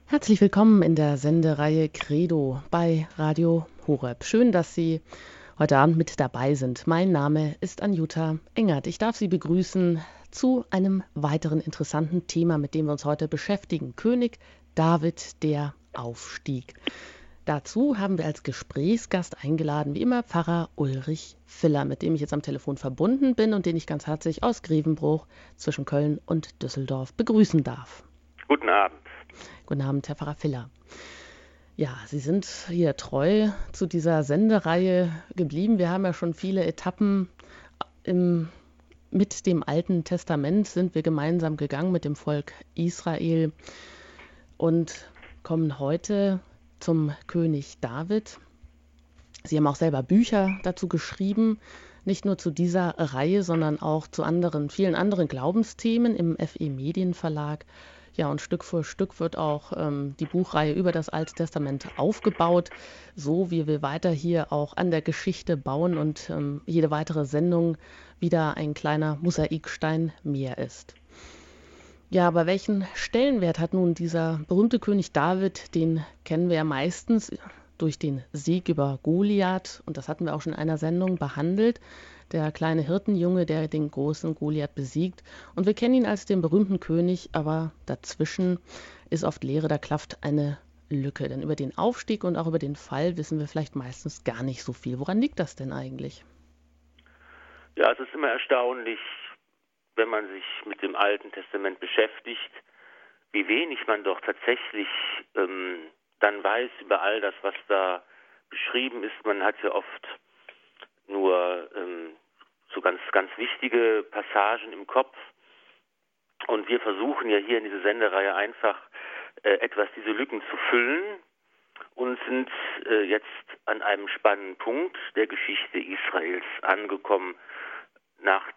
Herzlich willkommen in der Sendereihe Credo bei Radio Horeb. Schön, dass Sie heute Abend mit dabei sind. Mein Name ist Anjuta Engert. Ich darf Sie begrüßen zu einem weiteren interessanten Thema, mit dem wir uns heute beschäftigen. König David, der Aufstieg. Dazu haben wir als Gesprächsgast eingeladen, wie immer, Pfarrer Ulrich Filler, mit dem ich jetzt am Telefon verbunden bin und den ich ganz herzlich aus Grevenbruch zwischen Köln und Düsseldorf begrüßen darf. Guten Abend. Guten Abend, Herr Pfarrer Filler. Ja, Sie sind hier treu zu dieser Sendereihe geblieben. Wir haben ja schon viele Etappen mit dem Alten Testament sind wir gemeinsam gegangen mit dem Volk Israel und kommen heute zum König David. Sie haben auch selber Bücher dazu geschrieben, nicht nur zu dieser Reihe, sondern auch zu vielen anderen Glaubensthemen im FE Medienverlag. Ja, und Stück für Stück wird auch die Buchreihe über das Alte Testament aufgebaut, so wie wir weiter hier auch an der Geschichte bauen und jede weitere Sendung wieder ein kleiner Mosaikstein mehr ist. Ja, aber welchen Stellenwert hat nun dieser berühmte König David? Den kennen wir ja meistens durch den Sieg über Goliath, und das hatten wir auch schon in einer Sendung behandelt. Der kleine Hirtenjunge, der den großen Goliath besiegt. Und wir kennen ihn als den berühmten König, aber dazwischen ist oft Leere, da klafft eine Lücke. Denn über den Aufstieg und auch über den Fall wissen wir vielleicht meistens gar nicht so viel. Woran liegt das denn eigentlich? Ja, es ist immer erstaunlich, wenn man sich mit dem Alten Testament beschäftigt, wie wenig man doch tatsächlich dann weiß über all das, was da beschrieben ist. Man hat ja oft nur so ganz, ganz wichtige Passagen im Kopf. Und wir versuchen ja hier in dieser Sendereihe einfach etwas diese Lücken zu füllen und sind jetzt an einem spannenden Punkt der Geschichte Israels angekommen, nach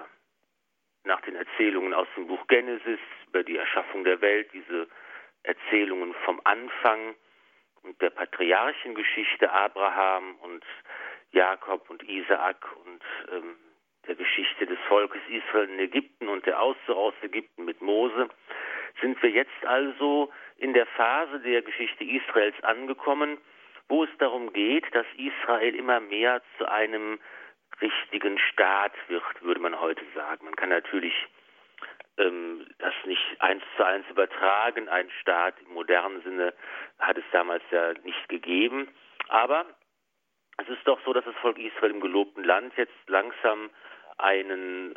den Erzählungen aus dem Buch Genesis über die Erschaffung der Welt, diese Erzählungen vom Anfang und der Patriarchengeschichte Abraham und Jakob und Isaak und der Geschichte des Volkes Israel in Ägypten und der Auszug aus Ägypten mit Mose, sind wir jetzt also in der Phase der Geschichte Israels angekommen, wo es darum geht, dass Israel immer mehr zu einem richtigen Staat wird, würde man heute sagen. Man kann natürlich das nicht 1:1 übertragen. Ein Staat im modernen Sinne hat es damals ja nicht gegeben. Aber es ist doch so, dass das Volk Israel im gelobten Land jetzt langsam einen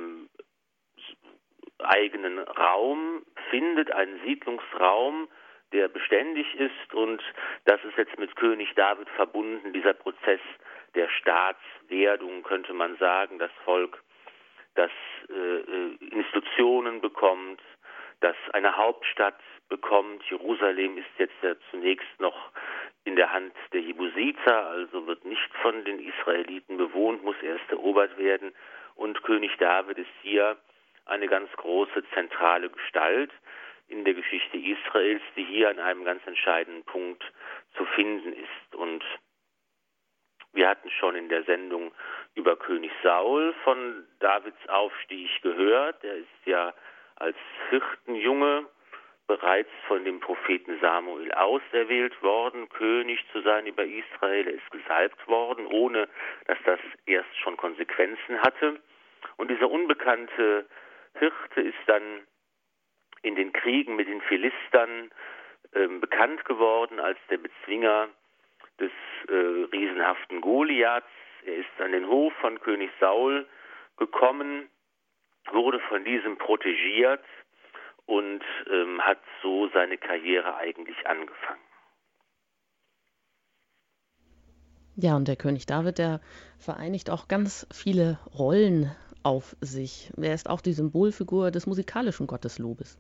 eigenen Raum findet, einen Siedlungsraum, der beständig ist, und das ist jetzt mit König David verbunden, dieser Prozess der Staatswerdung, könnte man sagen. Das Volk, das Institutionen bekommt, das eine Hauptstadt bekommt. Jerusalem ist jetzt ja zunächst noch in der Hand der Jebusiter, also wird nicht von den Israeliten bewohnt, muss erst erobert werden. Und König David ist hier eine ganz große zentrale Gestalt in der Geschichte Israels, die hier an einem ganz entscheidenden Punkt zu finden ist. Und wir hatten schon in der Sendung über König Saul von Davids Aufstieg gehört. Er ist ja als Hirtenjunge bereits von dem Propheten Samuel auserwählt worden, König zu sein über Israel. Er ist gesalbt worden, ohne dass das erst schon Konsequenzen hatte. Und dieser unbekannte Hirte ist dann in den Kriegen mit den Philistern bekannt geworden als der Bezwinger des riesenhaften Goliaths. Er ist an den Hof von König Saul gekommen, wurde von diesem protegiert und hat so seine Karriere eigentlich angefangen. Ja, und der König David, der vereinigt auch ganz viele Rollen auf sich. Er ist auch die Symbolfigur des musikalischen Gotteslobes.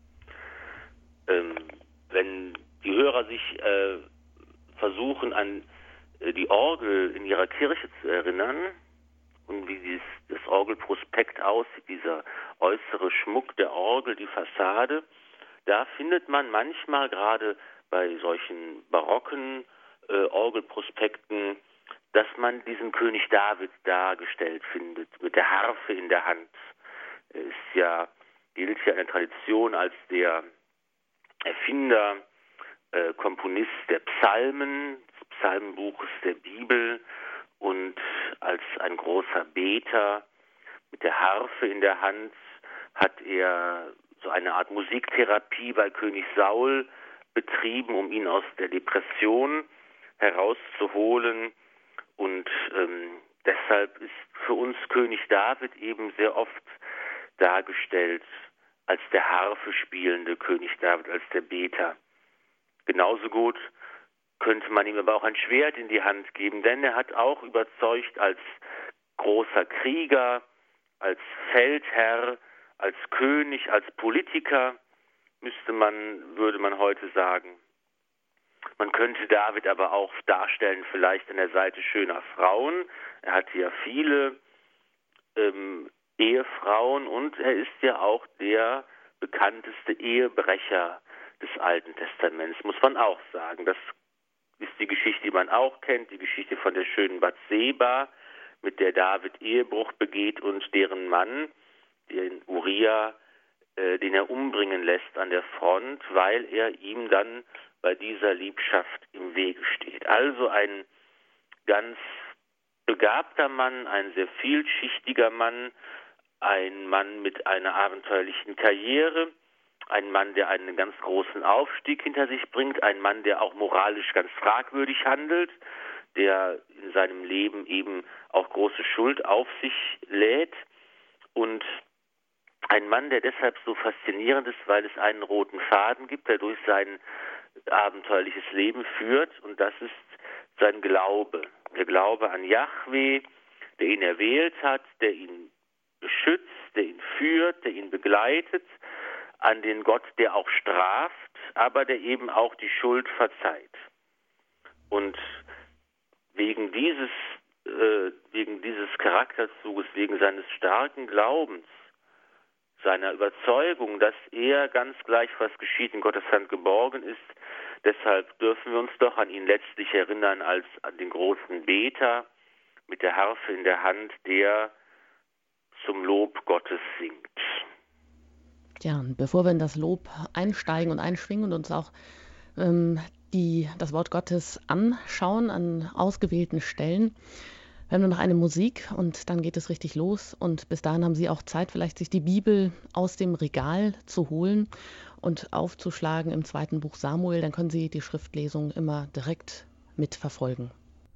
Wenn die Hörer sich versuchen, an die Orgel in ihrer Kirche zu erinnern und wie das Orgelprospekt aussieht, dieser äußere Schmuck der Orgel, die Fassade, da findet man manchmal gerade bei solchen barocken Orgelprospekten, dass man diesen König David dargestellt findet, mit der Harfe in der Hand. Er gilt ja in der Tradition als der Erfinder, Komponist der Psalmen, des Psalmenbuches der Bibel und als ein großer Beter mit der Harfe in der Hand hat er so eine Art Musiktherapie bei König Saul betrieben, um ihn aus der Depression herauszuholen. Und deshalb ist für uns König David eben sehr oft dargestellt als der Harfe spielende König David, als der Beter. Genauso gut könnte man ihm aber auch ein Schwert in die Hand geben, denn er hat auch überzeugt als großer Krieger, als Feldherr, als König, als Politiker, würde man heute sagen. Man könnte David aber auch darstellen, vielleicht an der Seite schöner Frauen. Er hatte ja viele Ehefrauen und er ist ja auch der bekannteste Ehebrecher des Alten Testaments, muss man auch sagen. Das ist die Geschichte, die man auch kennt, die Geschichte von der schönen Bathseba, mit der David Ehebruch begeht und deren Mann, den Uriah, den er umbringen lässt an der Front, weil er ihm dann bei dieser Liebschaft im Wege steht. Also ein ganz begabter Mann, ein sehr vielschichtiger Mann, ein Mann mit einer abenteuerlichen Karriere, ein Mann, der einen ganz großen Aufstieg hinter sich bringt, ein Mann, der auch moralisch ganz fragwürdig handelt, der in seinem Leben eben auch große Schuld auf sich lädt und ein Mann, der deshalb so faszinierend ist, weil es einen roten Faden gibt, der durch sein abenteuerliches Leben führt und das ist sein Glaube. Der Glaube an Jahwe, der ihn erwählt hat, der ihn beschützt, der ihn führt, der ihn begleitet, an den Gott, der auch straft, aber der eben auch die Schuld verzeiht. Und wegen dieses Charakterzuges, wegen seines starken Glaubens, seiner Überzeugung, dass er ganz gleich, was geschieht, in Gottes Hand geborgen ist, deshalb dürfen wir uns doch an ihn letztlich erinnern als an den großen Beter mit der Harfe in der Hand, der zum Lob Gottes singt. Ja, und bevor wir in das Lob einsteigen und einschwingen und uns auch das Wort Gottes anschauen an ausgewählten Stellen, wir haben nur noch eine Musik und dann geht es richtig los. Und bis dahin haben Sie auch Zeit, vielleicht sich die Bibel aus dem Regal zu holen und aufzuschlagen im 2. Buch Samuel. Dann können Sie die Schriftlesung immer direkt mitverfolgen.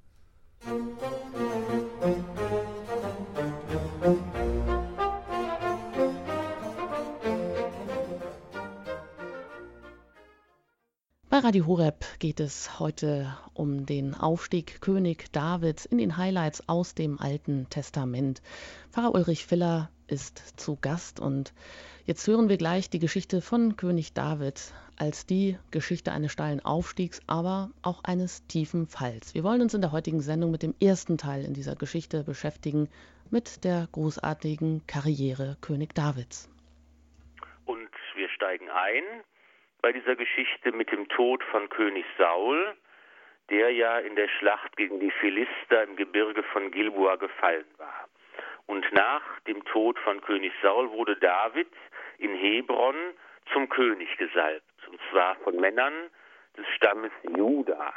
Bei Radio Horeb geht es heute um den Aufstieg König Davids in den Highlights aus dem Alten Testament. Pfarrer Ulrich Filler ist zu Gast und jetzt hören wir gleich die Geschichte von König David als die Geschichte eines steilen Aufstiegs, aber auch eines tiefen Falls. Wir wollen uns in der heutigen Sendung mit dem ersten Teil in dieser Geschichte beschäftigen, mit der großartigen Karriere König Davids. Und wir steigen ein bei dieser Geschichte mit dem Tod von König Saul, der ja in der Schlacht gegen die Philister im Gebirge von Gilboa gefallen war. Und nach dem Tod von König Saul wurde David in Hebron zum König gesalbt, und zwar von Männern des Stammes Juda.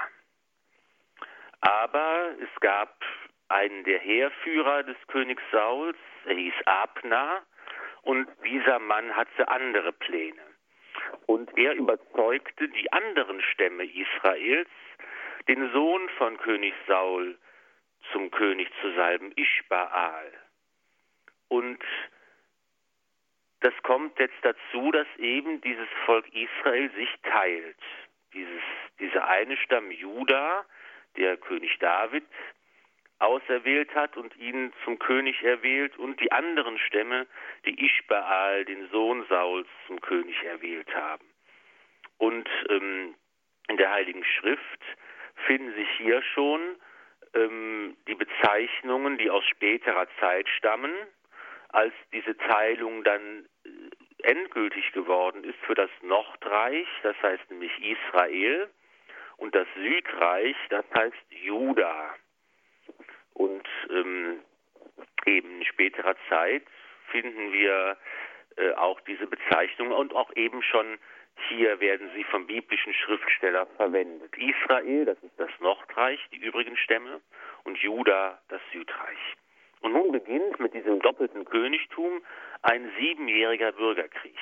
Aber es gab einen der Heerführer des Königs Sauls, er hieß Abner, und dieser Mann hatte andere Pläne. Und er überzeugte die anderen Stämme Israels, den Sohn von König Saul zum König zu salben, Ischbaal. Und das kommt jetzt dazu, dass eben dieses Volk Israel sich teilt. Dieser eine Stamm Juda, der König David auserwählt hat und ihn zum König erwählt, und die anderen Stämme, die Ischbaal, den Sohn Sauls, zum König erwählt haben. Und in der Heiligen Schrift finden sich hier schon die Bezeichnungen, die aus späterer Zeit stammen, als diese Teilung dann endgültig geworden ist für das Nordreich, das heißt nämlich Israel, und das Südreich, das heißt Juda. Und eben in späterer Zeit finden wir auch diese Bezeichnung und auch eben schon hier werden sie vom biblischen Schriftsteller verwendet. Israel, das ist das Nordreich, die übrigen Stämme, und Juda, das Südreich. Und nun beginnt mit diesem doppelten Königtum ein 7-jähriger Bürgerkrieg.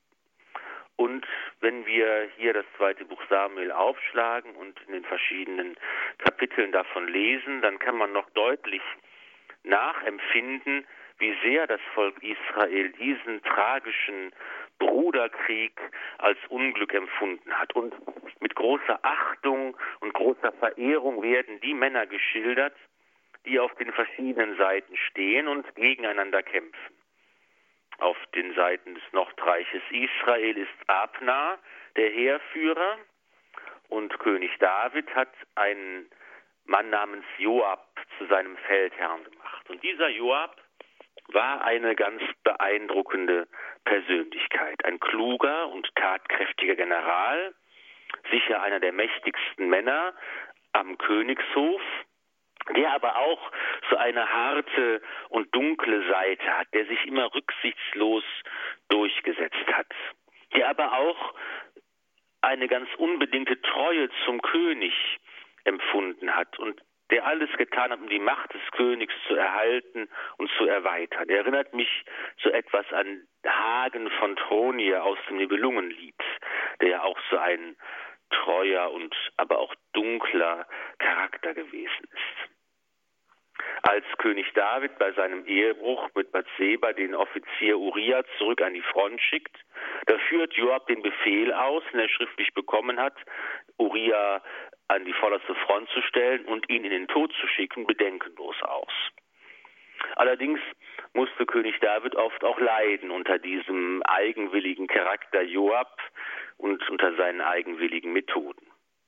Und wenn wir hier das 2. Buch Samuel aufschlagen und in den verschiedenen Kapiteln davon lesen, dann kann man noch deutlich nachempfinden, wie sehr das Volk Israel diesen tragischen Bruderkrieg als Unglück empfunden hat. Und mit großer Achtung und großer Verehrung werden die Männer geschildert, die auf den verschiedenen Seiten stehen und gegeneinander kämpfen. Auf den Seiten des Nordreiches Israel ist Abner, der Heerführer, und König David hat einen Mann namens Joab zu seinem Feldherrn gemacht. Und dieser Joab war eine ganz beeindruckende Persönlichkeit, ein kluger und tatkräftiger General, sicher einer der mächtigsten Männer am Königshof, der aber auch so eine harte und dunkle Seite hat, der sich immer rücksichtslos durchgesetzt hat, der aber auch eine ganz unbedingte Treue zum König empfunden hat und der alles getan hat, um die Macht des Königs zu erhalten und zu erweitern. Er erinnert mich so etwas an Hagen von Tronje aus dem Nibelungenlied, der ja auch so ein treuer und aber auch dunkler Charakter gewesen ist. Als König David bei seinem Ehebruch mit Bathseba den Offizier Uriah zurück an die Front schickt, da führt Joab den Befehl aus, den er schriftlich bekommen hat, Uriah an die vorderste Front zu stellen und ihn in den Tod zu schicken, bedenkenlos aus. Allerdings musste König David oft auch leiden unter diesem eigenwilligen Charakter Joab und unter seinen eigenwilligen Methoden.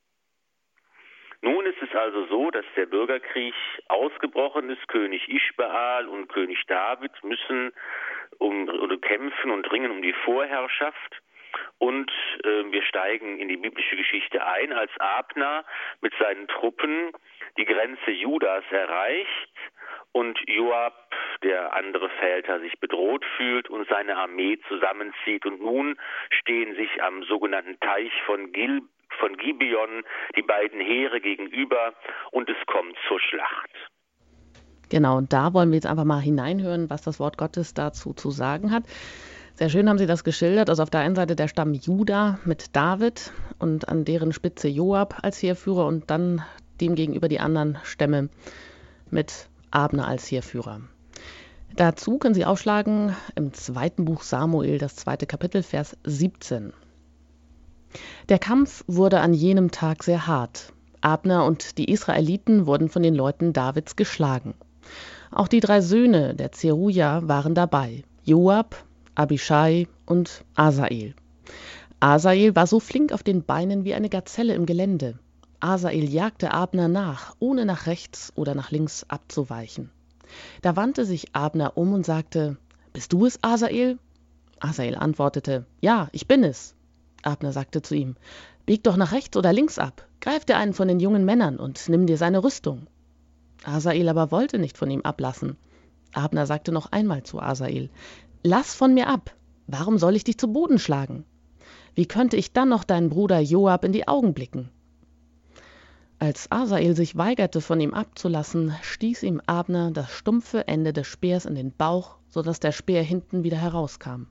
Nun ist es also so, dass der Bürgerkrieg ausgebrochen ist. König Ischbaal und König David müssen kämpfen und ringen um die Vorherrschaft. Und wir steigen in die biblische Geschichte ein, als Abner mit seinen Truppen die Grenze Judas erreicht und Joab, der andere Feldherr, sich bedroht fühlt und seine Armee zusammenzieht. Und nun stehen sich am sogenannten Teich von Gibeon die beiden Heere gegenüber und es kommt zur Schlacht. Genau, und da wollen wir jetzt einfach mal hineinhören, was das Wort Gottes dazu zu sagen hat. Sehr schön haben Sie das geschildert. Also auf der einen Seite der Stamm Juda mit David und an deren Spitze Joab als Heerführer und dann dem gegenüber die anderen Stämme mit Abner als Heerführer. Dazu können Sie aufschlagen im 2. Buch Samuel, das 2. Kapitel, Vers 17. Der Kampf wurde an jenem Tag sehr hart. Abner und die Israeliten wurden von den Leuten Davids geschlagen. Auch die 3 Söhne der Zeruja waren dabei, Joab, Abischai und Asael. Asael war so flink auf den Beinen wie eine Gazelle im Gelände. Asael jagte Abner nach, ohne nach rechts oder nach links abzuweichen. Da wandte sich Abner um und sagte: »Bist du es, Asael?« Asael antwortete: »Ja, ich bin es.« Abner sagte zu ihm: »Bieg doch nach rechts oder links ab, greif dir einen von den jungen Männern und nimm dir seine Rüstung.« Asael aber wollte nicht von ihm ablassen. Abner sagte noch einmal zu Asael: »Lass von mir ab, warum soll ich dich zu Boden schlagen? Wie könnte ich dann noch deinen Bruder Joab in die Augen blicken?« Als Asael sich weigerte, von ihm abzulassen, stieß ihm Abner das stumpfe Ende des Speers in den Bauch, sodass der Speer hinten wieder herauskam.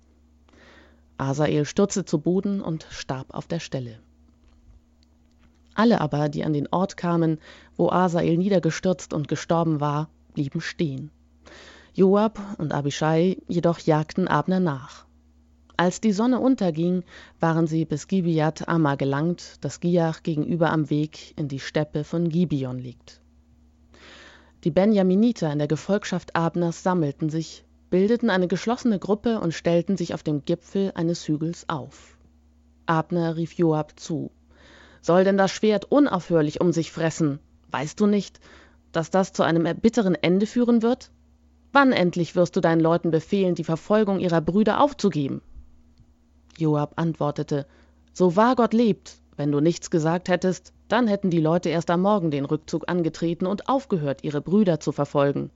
Asael stürzte zu Boden und starb auf der Stelle. Alle aber, die an den Ort kamen, wo Asael niedergestürzt und gestorben war, blieben stehen. Joab und Abischai jedoch jagten Abner nach. Als die Sonne unterging, waren sie bis Gibeat Amma gelangt, das Giach gegenüber am Weg in die Steppe von Gibeon liegt. Die Benjaminiter in der Gefolgschaft Abners sammelten sich, bildeten eine geschlossene Gruppe und stellten sich auf dem Gipfel eines Hügels auf. Abner rief Joab zu: »Soll denn das Schwert unaufhörlich um sich fressen? Weißt du nicht, dass das zu einem bitteren Ende führen wird? Wann endlich wirst du deinen Leuten befehlen, die Verfolgung ihrer Brüder aufzugeben?« Joab antwortete: »So wahr Gott lebt, wenn du nichts gesagt hättest, dann hätten die Leute erst am Morgen den Rückzug angetreten und aufgehört, ihre Brüder zu verfolgen.«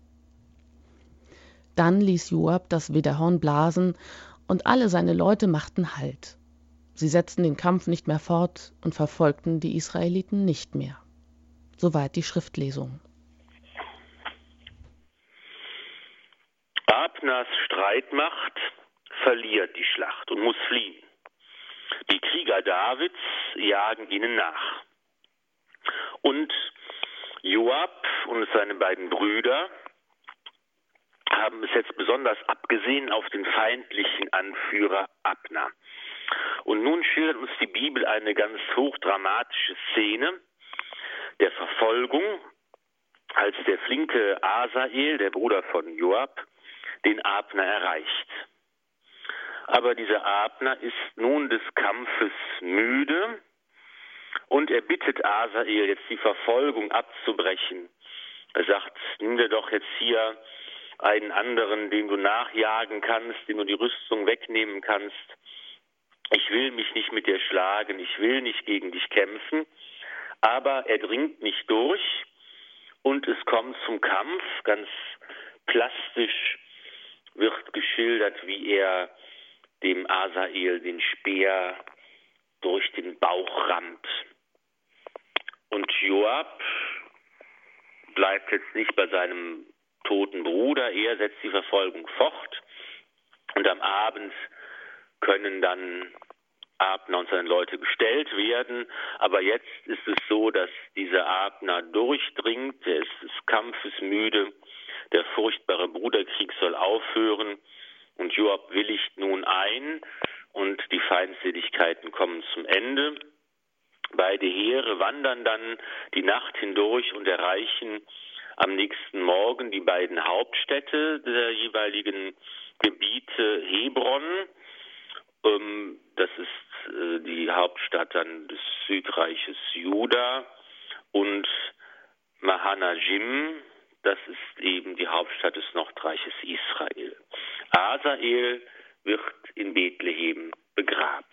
Dann ließ Joab das Widderhorn blasen, und alle seine Leute machten Halt. Sie setzten den Kampf nicht mehr fort und verfolgten die Israeliten nicht mehr. Soweit die Schriftlesung. Abners Streitmacht verliert die Schlacht und muss fliehen. Die Krieger Davids jagen ihnen nach. Und Joab und seine beiden Brüder haben es jetzt besonders abgesehen auf den feindlichen Anführer Abner. Und nun schildert uns die Bibel eine ganz hochdramatische Szene der Verfolgung, als der flinke Asael, der Bruder von Joab, den Abner erreicht. Aber dieser Abner ist nun des Kampfes müde und er bittet Asael, jetzt die Verfolgung abzubrechen. Er sagt, nimm dir doch jetzt hier einen anderen, den du nachjagen kannst, dem du die Rüstung wegnehmen kannst. Ich will mich nicht mit dir schlagen, ich will nicht gegen dich kämpfen. Aber er dringt nicht durch und es kommt zum Kampf. Ganz plastisch wird geschildert, wie er dem Asael den Speer durch den Bauch rammt. Und Joab bleibt jetzt nicht bei seinem toten Bruder, er setzt die Verfolgung fort. Und am Abend können dann Abner und seine Leute gestellt werden. Aber jetzt ist es so, dass dieser Abner durchdringt, er ist des Kampfes müde, der furchtbare Bruderkrieg soll aufhören und Joab willigt nun ein und die Feindseligkeiten kommen zum Ende. Beide Heere wandern dann die Nacht hindurch und erreichen am nächsten Morgen die beiden Hauptstädte der jeweiligen Gebiete Hebron. Das ist die Hauptstadt dann des Südreiches Juda, und Mahanajim, das ist eben die Hauptstadt des Nordreiches Israel. Asael wird in Bethlehem begraben.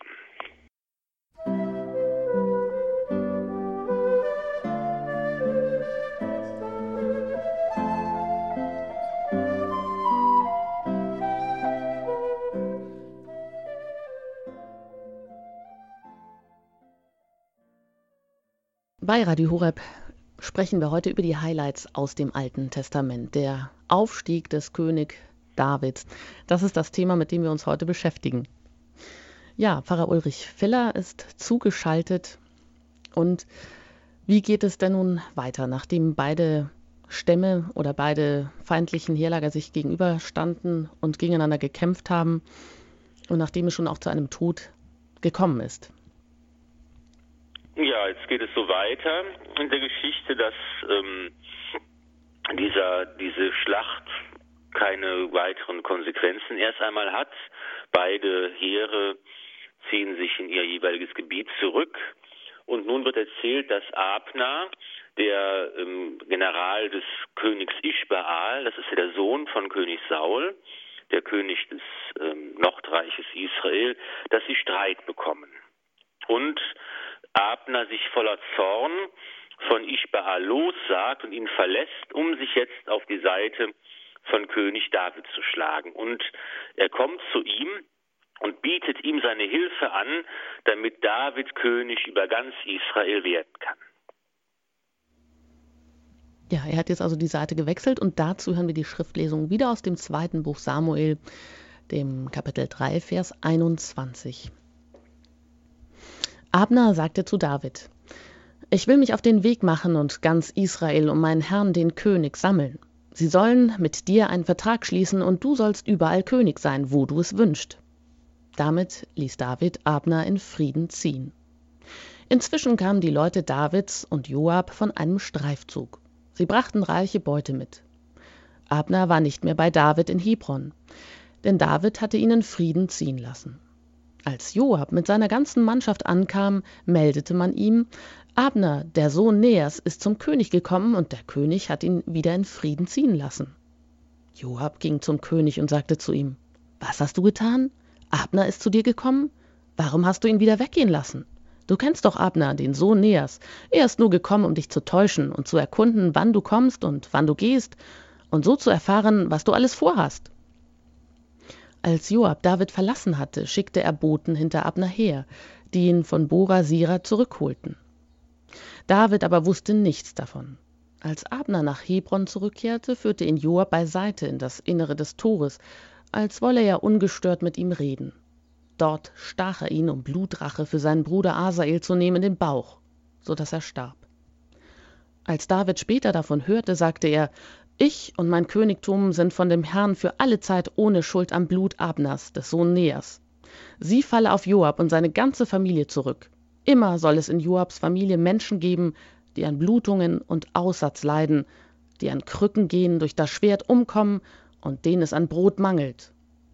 Bei Radio Horeb sprechen wir heute über die Highlights aus dem Alten Testament. Der Aufstieg des König Davids. Das ist das Thema, mit dem wir uns heute beschäftigen. Ja, Pfarrer Ulrich Filler ist zugeschaltet. Und wie geht es denn nun weiter, nachdem beide Stämme oder beide feindlichen Heerlager sich gegenüberstanden und gegeneinander gekämpft haben und nachdem es schon auch zu einem Tod gekommen ist? Ja, jetzt geht es so weiter in der Geschichte, dass diese Schlacht keine weiteren Konsequenzen erst einmal hat. Beide Heere ziehen sich in ihr jeweiliges Gebiet zurück. Und nun wird erzählt, dass Abner, der General des Königs Ischbaal, das ist ja der Sohn von König Saul, der König des Nordreiches Israel, dass sie Streit bekommen. Und Abner sich voller Zorn von Ischbaal lossagt und ihn verlässt, um sich jetzt auf die Seite von König David zu schlagen. Und er kommt zu ihm und bietet ihm seine Hilfe an, damit David König über ganz Israel werden kann. Ja, er hat jetzt also die Seite gewechselt und dazu hören wir die Schriftlesung wieder aus dem 2. Buch Samuel, dem Kapitel 3, Vers 21. Abner sagte zu David: Ich will mich auf den Weg machen und ganz Israel um meinen Herrn, den König, sammeln. Sie sollen mit dir einen Vertrag schließen und du sollst überall König sein, wo du es wünschst. Damit ließ David Abner in Frieden ziehen. Inzwischen kamen die Leute Davids und Joab von einem Streifzug. Sie brachten reiche Beute mit. Abner war nicht mehr bei David in Hebron, denn David hatte ihn in Frieden ziehen lassen. Als Joab mit seiner ganzen Mannschaft ankam, meldete man ihm: Abner, der Sohn Neas, ist zum König gekommen und der König hat ihn wieder in Frieden ziehen lassen. Joab ging zum König und sagte zu ihm: Was hast du getan? Abner ist zu dir gekommen? Warum hast du ihn wieder weggehen lassen? Du kennst doch Abner, den Sohn Neas. Er ist nur gekommen, um dich zu täuschen und zu erkunden, wann du kommst und wann du gehst und so zu erfahren, was du alles vorhast. Als Joab David verlassen hatte, schickte er Boten hinter Abner her, die ihn von Bora Sira zurückholten. David aber wusste nichts davon. Als Abner nach Hebron zurückkehrte, führte ihn Joab beiseite in das Innere des Tores, als wolle er ungestört mit ihm reden. Dort stach er ihn, um Blutrache für seinen Bruder Asael zu nehmen, in den Bauch, so dass er starb. Als David später davon hörte, sagte er: Ich und mein Königtum sind von dem Herrn für alle Zeit ohne Schuld am Blut Abners, des Sohn Neas. Sie falle auf Joab und seine ganze Familie zurück. Immer soll es in Joabs Familie Menschen geben, die an Blutungen und Aussatz leiden, die an Krücken gehen, durch das Schwert umkommen und denen es an Brot mangelt.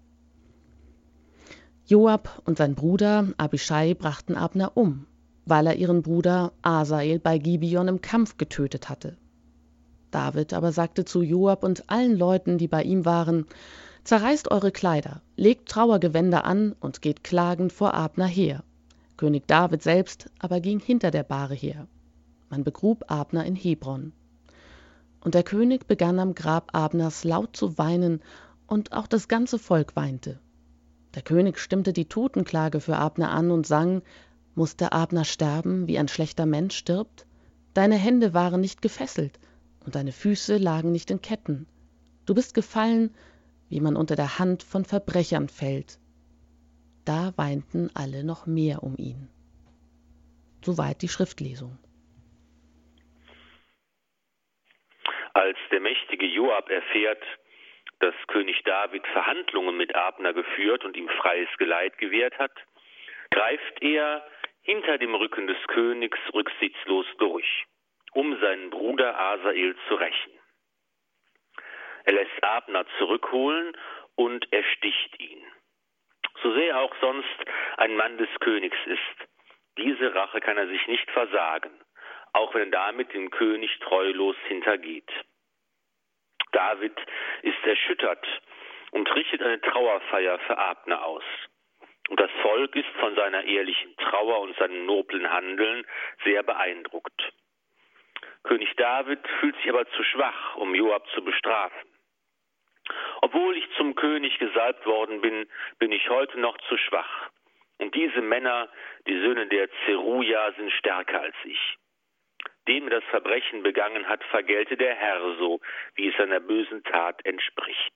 Joab und sein Bruder Abischai brachten Abner um, weil er ihren Bruder Asael bei Gibeon im Kampf getötet hatte. David aber sagte zu Joab und allen Leuten, die bei ihm waren: Zerreißt eure Kleider, legt Trauergewänder an und geht klagend vor Abner her. König David selbst aber ging hinter der Bahre her. Man begrub Abner in Hebron. Und der König begann am Grab Abners laut zu weinen, und auch das ganze Volk weinte. Der König stimmte die Totenklage für Abner an und sang: Musste Abner sterben, wie ein schlechter Mensch stirbt? Deine Hände waren nicht gefesselt, und deine Füße lagen nicht in Ketten. Du bist gefallen, wie man unter der Hand von Verbrechern fällt. Da weinten alle noch mehr um ihn. Soweit die Schriftlesung. Als der mächtige Joab erfährt, dass König David Verhandlungen mit Abner geführt und ihm freies Geleit gewährt hat, greift er hinter dem Rücken des Königs rücksichtslos durch, um seinen Bruder Asael zu rächen. Er lässt Abner zurückholen und ersticht ihn. So sehr auch sonst ein Mann des Königs ist, diese Rache kann er sich nicht versagen, auch wenn er damit den König treulos hintergeht. David ist erschüttert und richtet eine Trauerfeier für Abner aus. Und das Volk ist von seiner ehrlichen Trauer und seinem noblen Handeln sehr beeindruckt. König David fühlt sich aber zu schwach, um Joab zu bestrafen. Obwohl ich zum König gesalbt worden bin, bin ich heute noch zu schwach. Und diese Männer, die Söhne der Zeruja, sind stärker als ich. Dem das Verbrechen begangen hat, vergelte der Herr so, wie es seiner bösen Tat entspricht.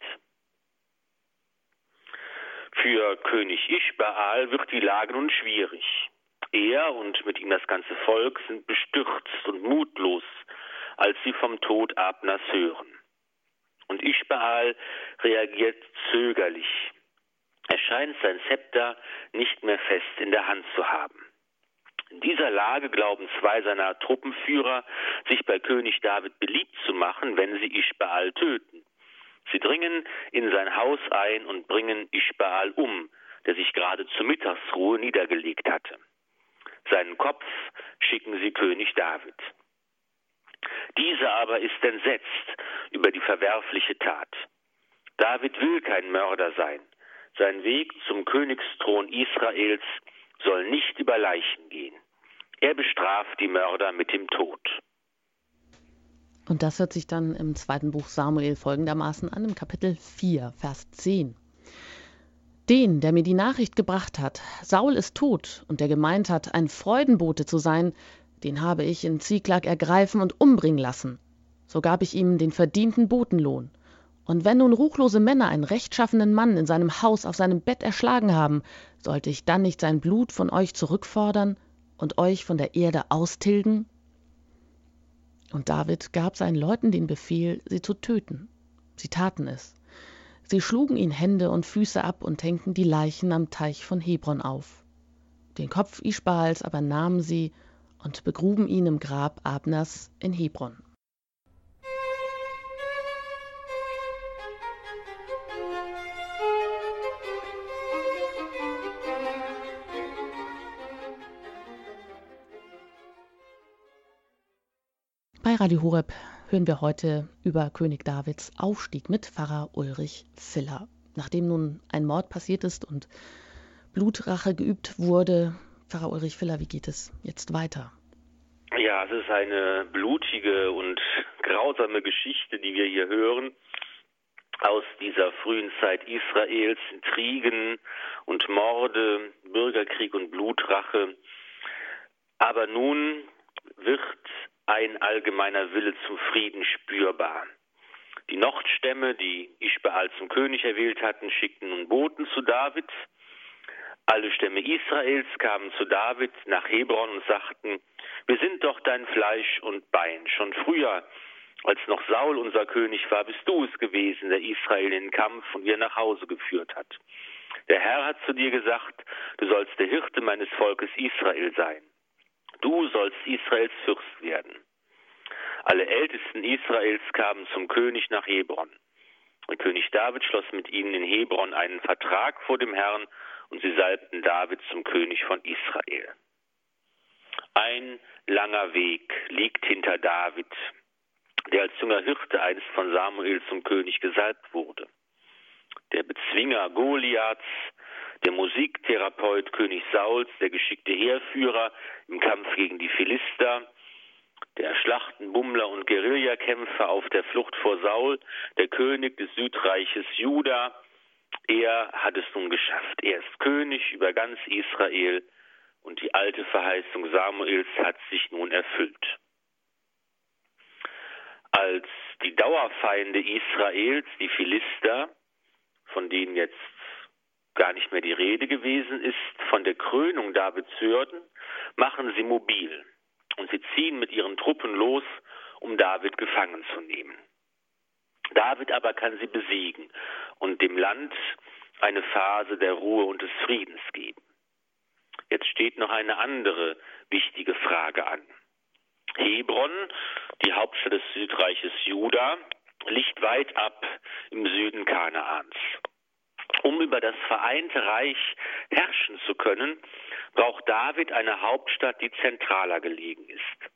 Für König Ischbaal wird die Lage nun schwierig. Er und mit ihm das ganze Volk sind bestürzt und mutlos, als sie vom Tod Abners hören. Und Ischbaal reagiert zögerlich. Er scheint sein Zepter nicht mehr fest in der Hand zu haben. In dieser Lage glauben zwei seiner Truppenführer, sich bei König David beliebt zu machen, wenn sie Ischbaal töten. Sie dringen in sein Haus ein und bringen Ischbaal um, der sich gerade zur Mittagsruhe niedergelegt hatte. Seinen Kopf schicken sie König David. Dieser aber ist entsetzt über die verwerfliche Tat. David will kein Mörder sein. Sein Weg zum Königsthron Israels soll nicht über Leichen gehen. Er bestraft die Mörder mit dem Tod. Und das hört sich dann im 2. Buch Samuel folgendermaßen an, im Kapitel 4, Vers 10. Den, der mir die Nachricht gebracht hat, Saul ist tot, und der gemeint hat, ein Freudenbote zu sein, den habe ich in Ziklag ergreifen und umbringen lassen. So gab ich ihm den verdienten Botenlohn. Und wenn nun ruchlose Männer einen rechtschaffenen Mann in seinem Haus auf seinem Bett erschlagen haben, sollte ich dann nicht sein Blut von euch zurückfordern und euch von der Erde austilgen? Und David gab seinen Leuten den Befehl, sie zu töten. Sie taten es. Sie schlugen ihn Hände und Füße ab und hängten die Leichen am Teich von Hebron auf. Den Kopf Ischbaals aber nahmen sie und begruben ihn im Grab Abners in Hebron. Bei Radio Horeb hören wir heute über König Davids Aufstieg mit Pfarrer Ulrich Viller. Nachdem nun ein Mord passiert ist und Blutrache geübt wurde, Pfarrer Ulrich Viller, wie geht es jetzt weiter? Ja, es ist eine blutige und grausame Geschichte, die wir hier hören. aus dieser frühen Zeit Israels, Intrigen und Morde, Bürgerkrieg und Blutrache. Aber nun wird ein allgemeiner Wille zum Frieden spürbar. Die Nordstämme, die Ischbaal zum König erwählt hatten, schickten nun Boten zu David. Alle Stämme Israels kamen zu David nach Hebron und sagten: Wir sind doch dein Fleisch und Bein. Schon früher, als noch Saul unser König war, bist du es gewesen, der Israel in den Kampf und wir nach Hause geführt hat. Der Herr hat zu dir gesagt, du sollst der Hirte meines Volkes Israel sein. Du sollst Israels Fürst werden. Alle Ältesten Israels kamen zum König nach Hebron. Und König David schloss mit ihnen in Hebron einen Vertrag vor dem Herrn, und sie salbten David zum König von Israel. Ein langer Weg liegt hinter David, der als junger Hirte einst von Samuel zum König gesalbt wurde. Der Bezwinger Goliaths, der Musiktherapeut König Sauls, der geschickte Heerführer im Kampf gegen die Philister, der Schlachtenbummler und Guerillakämpfer auf der Flucht vor Saul, der König des Südreiches Juda, er hat es nun geschafft. Er ist König über ganz Israel und die alte Verheißung Samuels hat sich nun erfüllt. Als die Dauerfeinde Israels, die Philister, von denen jetzt gar nicht mehr die Rede gewesen ist, von der Krönung Davids hörten, machen sie mobil und sie ziehen mit ihren Truppen los, um David gefangen zu nehmen. David aber kann sie besiegen und dem Land eine Phase der Ruhe und des Friedens geben. Jetzt steht noch eine andere wichtige Frage an. Hebron, die Hauptstadt des Südreiches Juda, liegt weit ab im Süden Kanaans. Um über das vereinte Reich herrschen zu können, braucht David eine Hauptstadt, die zentraler gelegen ist.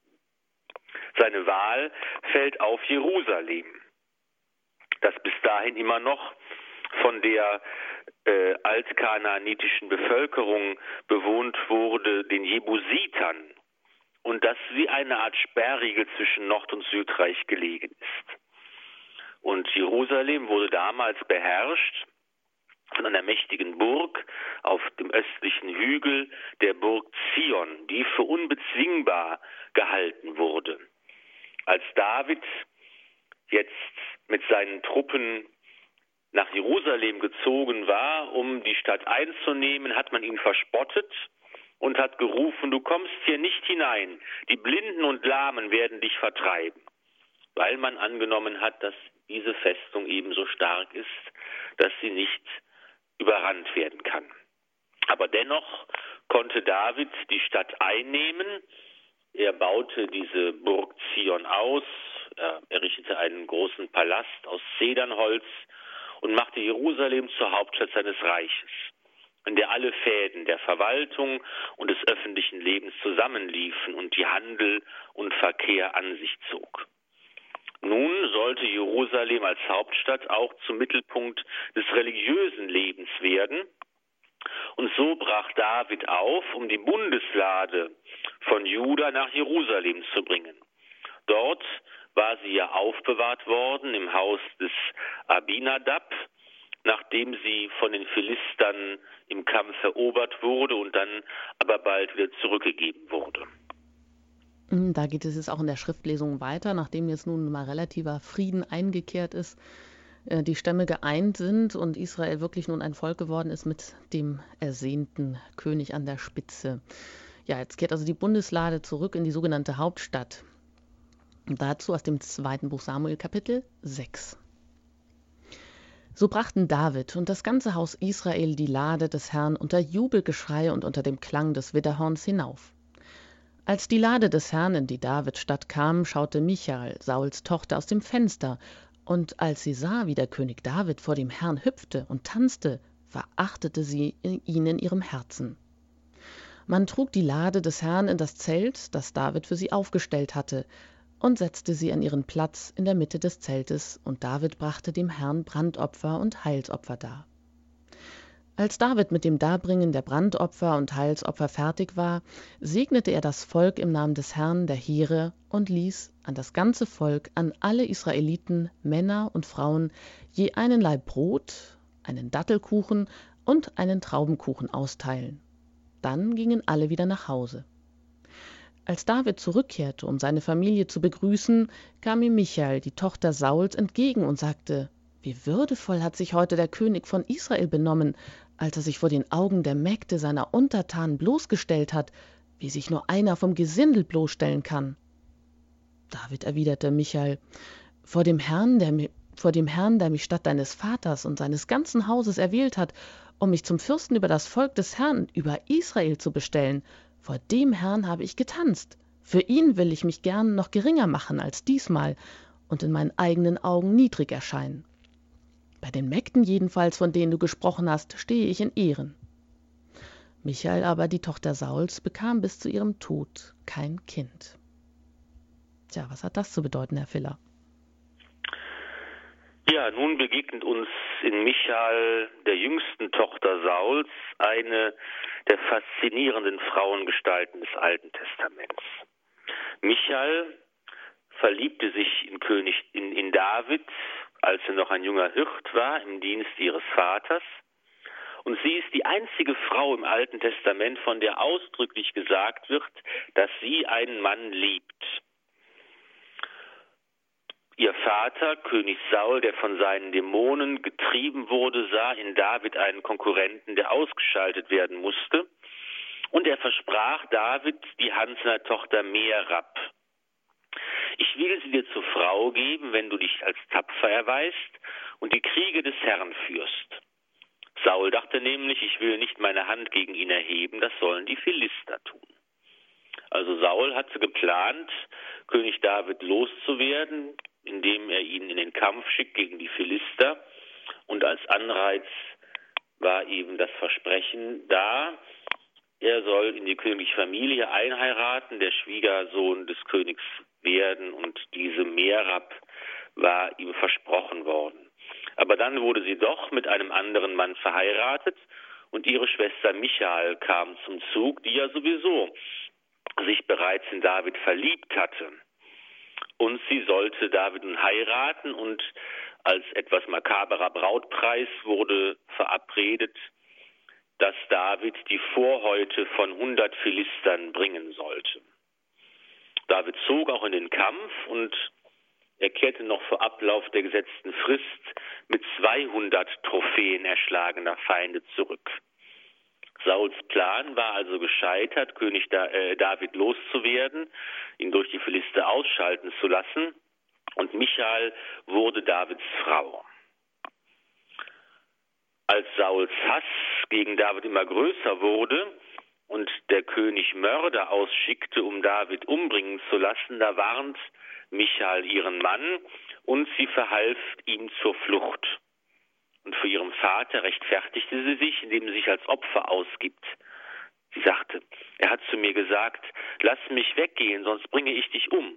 Seine Wahl fällt auf Jerusalem, das bis dahin immer noch von der altkanaanitischen Bevölkerung bewohnt wurde, den Jebusitern, und das wie eine Art Sperrriegel zwischen Nord- und Südreich gelegen ist. Und Jerusalem wurde damals beherrscht von einer mächtigen Burg auf dem östlichen Hügel, der Burg Zion, die für unbezwingbar gehalten wurde. Als David jetzt mit seinen Truppen nach Jerusalem gezogen war, um die Stadt einzunehmen, hat man ihn verspottet und hat gerufen: Du kommst hier nicht hinein, die Blinden und Lahmen werden dich vertreiben, weil man angenommen hat, dass diese Festung ebenso stark ist, dass sie nicht überrannt werden kann. Aber dennoch konnte David die Stadt einnehmen. Er baute diese Burg Zion aus, er errichtete einen großen Palast aus Zedernholz und machte Jerusalem zur Hauptstadt seines Reiches, in der alle Fäden der Verwaltung und des öffentlichen Lebens zusammenliefen und die Handel und Verkehr an sich zog. Nun sollte Jerusalem als Hauptstadt auch zum Mittelpunkt des religiösen Lebens werden. Und so brach David auf, um die Bundeslade von Juda nach Jerusalem zu bringen. Dort war sie ja aufbewahrt worden im Haus des Abinadab, nachdem sie von den Philistern im Kampf erobert wurde und dann aber bald wieder zurückgegeben wurde. Da geht es jetzt auch in der Schriftlesung weiter, nachdem jetzt nun mal relativer Frieden eingekehrt ist, die Stämme geeint sind und Israel wirklich nun ein Volk geworden ist mit dem ersehnten König an der Spitze. Ja, jetzt kehrt also die Bundeslade zurück in die sogenannte Hauptstadt. Und dazu aus dem 2. Buch Samuel, Kapitel 6. So brachten David und das ganze Haus Israel die Lade des Herrn unter Jubelgeschrei und unter dem Klang des Widderhorns hinauf. Als die Lade des Herrn in die Davidstadt kam, schaute Michal, Sauls Tochter, aus dem Fenster, und als sie sah, wie der König David vor dem Herrn hüpfte und tanzte, verachtete sie ihn in ihrem Herzen. Man trug die Lade des Herrn in das Zelt, das David für sie aufgestellt hatte, und setzte sie an ihren Platz in der Mitte des Zeltes, und David brachte dem Herrn Brandopfer und Heilsopfer dar. Als David mit dem Darbringen der Brandopfer und Heilsopfer fertig war, segnete er das Volk im Namen des Herrn der Heere und ließ an das ganze Volk, an alle Israeliten, Männer und Frauen, je einen Laib Brot, einen Dattelkuchen und einen Traubenkuchen austeilen. Dann gingen alle wieder nach Hause. Als David zurückkehrte, um seine Familie zu begrüßen, kam ihm Michael, die Tochter Sauls, entgegen und sagte: Wie würdevoll hat sich heute der König von Israel benommen, als er sich vor den Augen der Mägde seiner Untertanen bloßgestellt hat, wie sich nur einer vom Gesindel bloßstellen kann. David erwiderte Michael: Vor dem Herrn, der mich statt deines Vaters und seines ganzen Hauses erwählt hat, um mich zum Fürsten über das Volk des Herrn, über Israel zu bestellen, vor dem Herrn habe ich getanzt. Für ihn will ich mich gern noch geringer machen als diesmal und in meinen eigenen Augen niedrig erscheinen. Bei den Mägden jedenfalls, von denen du gesprochen hast, stehe ich in Ehren. Michael aber, die Tochter Sauls, bekam bis zu ihrem Tod kein Kind. Tja, was hat das zu bedeuten, Herr Filler? Ja, nun begegnet uns in Michael, der jüngsten Tochter Sauls, eine der faszinierenden Frauengestalten des Alten Testaments. Michael verliebte sich in David, als er noch ein junger Hirt war, im Dienst ihres Vaters. Und sie ist die einzige Frau im Alten Testament, von der ausdrücklich gesagt wird, dass sie einen Mann liebt. Ihr Vater, König Saul, der von seinen Dämonen getrieben wurde, sah in David einen Konkurrenten, der ausgeschaltet werden musste. Und er versprach David die Hand seiner Tochter Merab. Ich will sie dir zur Frau geben, wenn du dich als tapfer erweist und die Kriege des Herrn führst. Saul dachte nämlich, ich will nicht meine Hand gegen ihn erheben, das sollen die Philister tun. Also Saul hatte geplant, König David loszuwerden, indem er ihn in den Kampf schickt gegen die Philister. Und als Anreiz war eben das Versprechen da, er soll in die königliche Familie einheiraten, der Schwiegersohn des Königs werden, und diese Merab war ihm versprochen worden. Aber dann wurde sie doch mit einem anderen Mann verheiratet und ihre Schwester Michael kam zum Zug, die ja sowieso sich bereits in David verliebt hatte. Und sie sollte David nun heiraten, und als etwas makaberer Brautpreis wurde verabredet, dass David die Vorhäute von 100 Philistern bringen sollte. David zog auch in den Kampf und er kehrte noch vor Ablauf der gesetzten Frist mit 200 Trophäen erschlagener Feinde zurück. Sauls Plan war also gescheitert, König David loszuwerden, ihn durch die Philister ausschalten zu lassen, und Michael wurde Davids Frau. Als Sauls Hass gegen David immer größer wurde und der König Mörder ausschickte, um David umbringen zu lassen, da warnt Michael ihren Mann und sie verhalf ihm zur Flucht. Und für ihren Vater rechtfertigte sie sich, indem sie sich als Opfer ausgibt. Sie sagte, er hat zu mir gesagt, lass mich weggehen, sonst bringe ich dich um.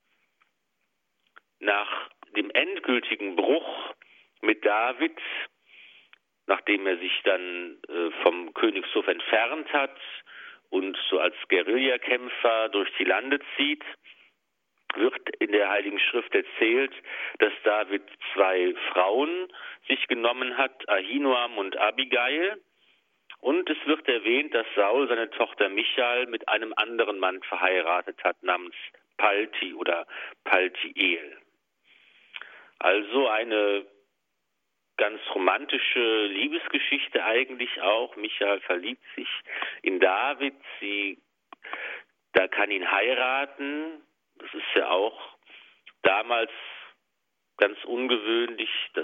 Nach dem endgültigen Bruch mit David, nachdem er sich dann vom Königshof entfernt hat und so als Guerillakämpfer durch die Lande zieht, wird in der Heiligen Schrift erzählt, dass David 2 Frauen sich genommen hat, Ahinoam und Abigail. Und es wird erwähnt, dass Saul seine Tochter Michael mit einem anderen Mann verheiratet hat, namens Palti oder Paltiel. Also eine ganz romantische Liebesgeschichte eigentlich auch. Michael verliebt sich in David, da kann ihn heiraten. Das ist ja auch damals ganz ungewöhnlich, dass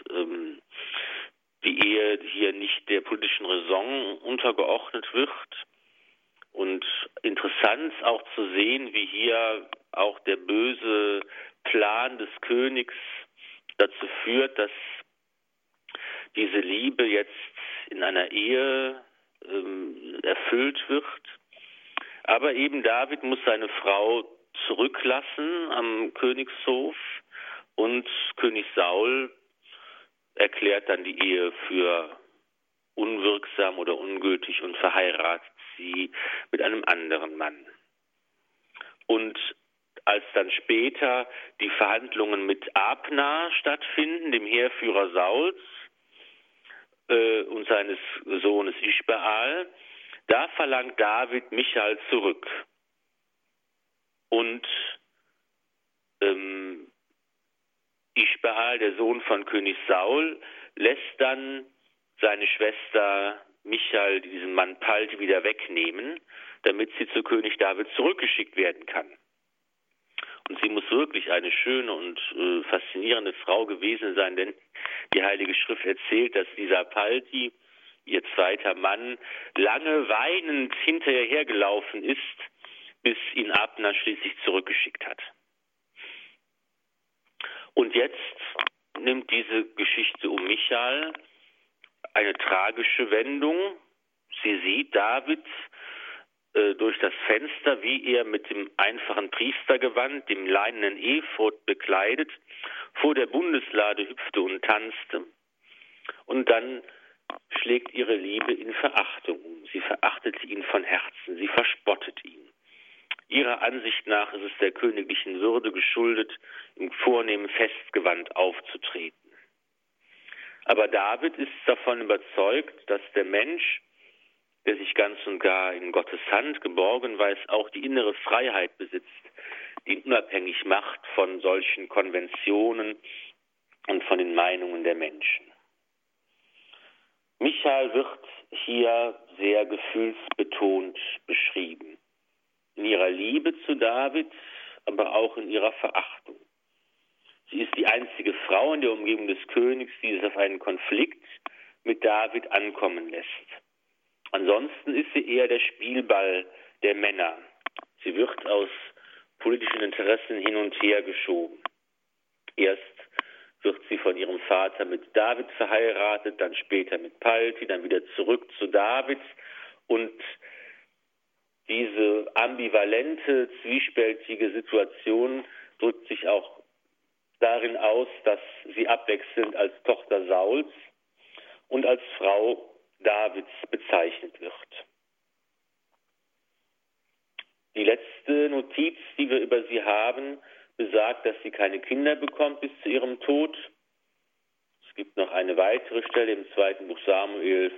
die Ehe hier nicht der politischen Raison untergeordnet wird. Und interessant auch zu sehen, wie hier auch der böse Plan des Königs dazu führt, dass diese Liebe jetzt in einer Ehe erfüllt wird. Aber eben David muss seine Frau zurücklassen am Königshof, und König Saul erklärt dann die Ehe für unwirksam oder ungültig und verheiratet sie mit einem anderen Mann. Und als dann später die Verhandlungen mit Abner stattfinden, dem Heerführer Sauls, und seines Sohnes Ischbaal, da verlangt David Michal zurück. Und Ischbaal, der Sohn von König Saul, lässt dann seine Schwester Michal, diesen Mann Palti, wieder wegnehmen, damit sie zu König David zurückgeschickt werden kann. Und sie muss wirklich eine schöne und faszinierende Frau gewesen sein, denn die Heilige Schrift erzählt, dass dieser Palti, ihr zweiter Mann, lange weinend hinterher hergelaufen ist, bis ihn Abner schließlich zurückgeschickt hat. Und jetzt nimmt diese Geschichte um Michal eine tragische Wendung. Sie sieht David durch das Fenster, wie er mit dem einfachen Priestergewand, dem leinenen Ephod bekleidet, vor der Bundeslade hüpfte und tanzte. Und dann schlägt ihre Liebe in Verachtung um. Sie verachtet ihn von Herzen, sie verspottet ihn. Ihrer Ansicht nach ist es der königlichen Würde geschuldet, im vornehmen Festgewand aufzutreten. Aber David ist davon überzeugt, dass der Mensch, der sich ganz und gar in Gottes Hand geborgen weiß, auch die innere Freiheit besitzt, die ihn unabhängig macht von solchen Konventionen und von den Meinungen der Menschen. Michal wird hier sehr gefühlsbetont beschrieben. In ihrer Liebe zu David, aber auch in ihrer Verachtung. Sie ist die einzige Frau in der Umgebung des Königs, die es auf einen Konflikt mit David ankommen lässt. Ansonsten ist sie eher der Spielball der Männer. Sie wird aus politischen Interessen hin und her geschoben. Erst wird sie von ihrem Vater mit David verheiratet, dann später mit Palti, dann wieder zurück zu David. Und diese ambivalente, zwiespältige Situation drückt sich auch darin aus, dass sie abwechselnd als Tochter Sauls und als Frau Davids bezeichnet wird. Die letzte Notiz, die wir über sie haben, besagt, dass sie keine Kinder bekommt bis zu ihrem Tod. Es gibt noch eine weitere Stelle im 2. Buch Samuel,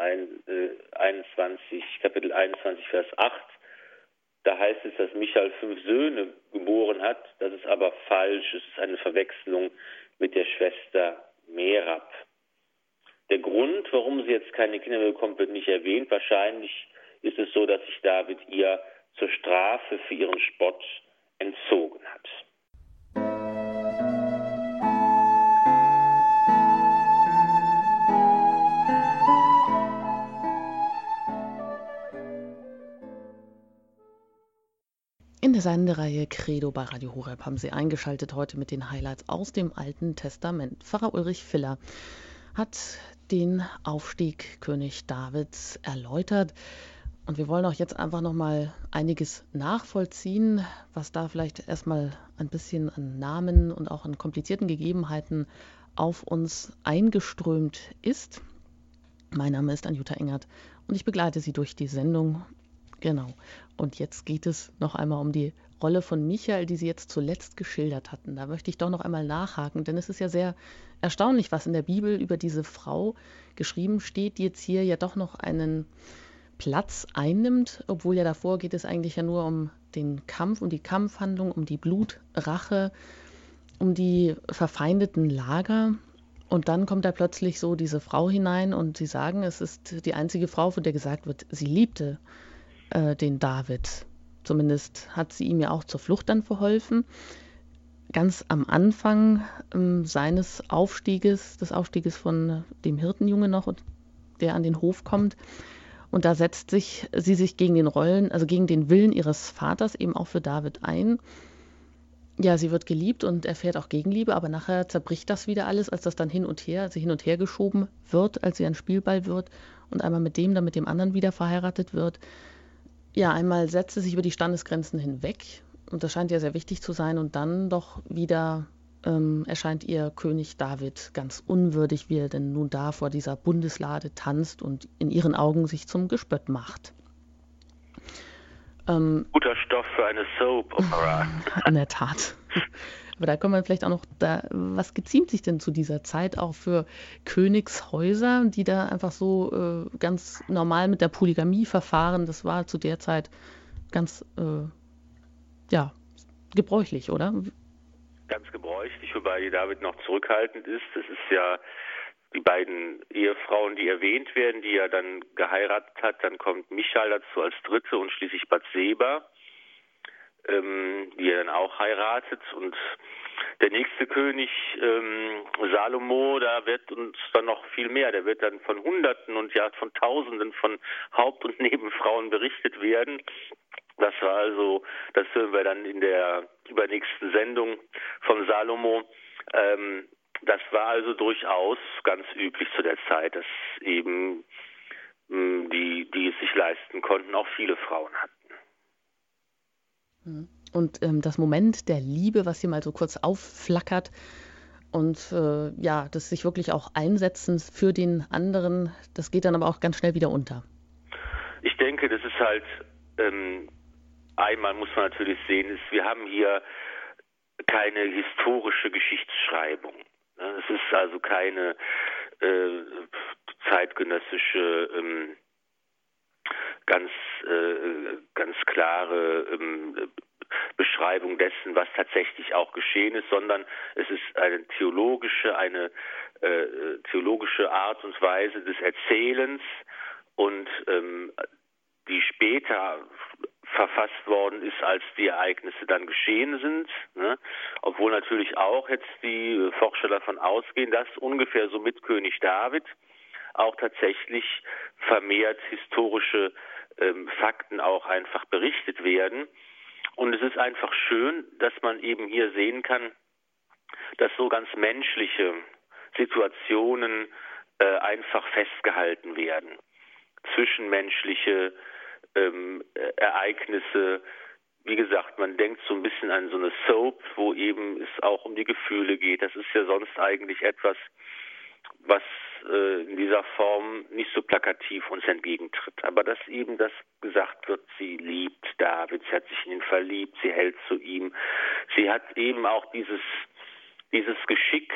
Kapitel 21, Vers 8. Da heißt es, dass Michal 5 Söhne geboren hat. Das ist aber falsch. Es ist eine Verwechslung mit der Schwester Merab. Der Grund, warum sie jetzt keine Kinder bekommt, wird nicht erwähnt. Wahrscheinlich ist es so, dass sich David ihr zur Strafe für ihren Spott entzogen hat. In der Sendereihe Credo bei Radio Horeb haben Sie eingeschaltet heute mit den Highlights aus dem Alten Testament. Pfarrer Ulrich Filler hat den Aufstieg König Davids erläutert. Und wir wollen auch jetzt einfach nochmal einiges nachvollziehen, was da vielleicht erstmal ein bisschen an Namen und auch an komplizierten Gegebenheiten auf uns eingeströmt ist. Mein Name ist Anjuta Engert und ich begleite Sie durch die Sendung. Genau. Und jetzt geht es noch einmal um die Rolle von Michael, die Sie jetzt zuletzt geschildert hatten. Da möchte ich doch noch einmal nachhaken, denn es ist ja sehr erstaunlich, was in der Bibel über diese Frau geschrieben steht, die jetzt hier ja doch noch einen Platz einnimmt, obwohl ja davor geht es eigentlich ja nur um den Kampf, um die Kampfhandlung, um die Blutrache, um die verfeindeten Lager. Und dann kommt da plötzlich so diese Frau hinein und sie sagen, es ist die einzige Frau, von der gesagt wird, sie liebte den David. Zumindest hat sie ihm ja auch zur Flucht dann verholfen. Ganz am Anfang seines Aufstieges, des Aufstieges von dem Hirtenjunge noch, der an den Hof kommt. Und da setzt sie sich gegen den gegen den Willen ihres Vaters eben auch für David ein. Ja, sie wird geliebt und erfährt auch Gegenliebe, aber nachher zerbricht das wieder alles, als das dann hin und her geschoben wird, als sie ein Spielball wird und einmal mit dem, dann mit dem anderen wieder verheiratet wird. Ja, einmal setzt sie sich über die Standesgrenzen hinweg und das scheint ja sehr wichtig zu sein und dann doch wieder erscheint ihr König David ganz unwürdig, wie er denn nun da vor dieser Bundeslade tanzt und in ihren Augen sich zum Gespött macht. Guter Stoff für eine Soap-Opera. In der Tat. Aber da kommt man vielleicht auch noch, was geziemt sich denn zu dieser Zeit auch für Königshäuser, die da einfach so ganz normal mit der Polygamie verfahren? Das war zu der Zeit ganz, gebräuchlich, oder? Ganz gebräuchlich, wobei David noch zurückhaltend ist. Das ist ja die beiden Ehefrauen, die erwähnt werden, die er dann geheiratet hat. Dann kommt Michal dazu als dritte und schließlich Bathseba, die er dann auch heiratet. Und der nächste König, Salomo, da wird uns dann noch viel mehr. Der wird dann von Hunderten und ja von Tausenden von Haupt- und Nebenfrauen berichtet werden. Das war also, das hören wir dann in der übernächsten Sendung von Salomo. Das war also durchaus ganz üblich zu der Zeit, dass eben die es sich leisten konnten, auch viele Frauen hatten. Und das Moment der Liebe, was hier mal so kurz aufflackert und das sich wirklich auch einsetzen für den anderen, das geht dann aber auch ganz schnell wieder unter. Ich denke, das ist halt, einmal muss man natürlich sehen, wir haben hier keine historische Geschichtsschreibung. Es ist also keine zeitgenössische, ganz klare Beschreibung dessen, was tatsächlich auch geschehen ist, sondern es ist eine theologische Art und Weise des Erzählens und die später verfasst worden ist, als die Ereignisse dann geschehen sind, ne? Obwohl natürlich auch jetzt die Forscher davon ausgehen, dass ungefähr so mit König David auch tatsächlich vermehrt historische Fakten auch einfach berichtet werden. Und es ist einfach schön, dass man eben hier sehen kann, dass so ganz menschliche Situationen einfach festgehalten werden. Zwischenmenschliche Ereignisse, wie gesagt, man denkt so ein bisschen an so eine Soap, wo eben es auch um die Gefühle geht. Das ist ja sonst eigentlich etwas, was in dieser Form nicht so plakativ uns entgegentritt. Aber dass eben das gesagt wird, sie liebt David, sie hat sich in ihn verliebt, sie hält zu ihm. Sie hat eben auch dieses Geschick,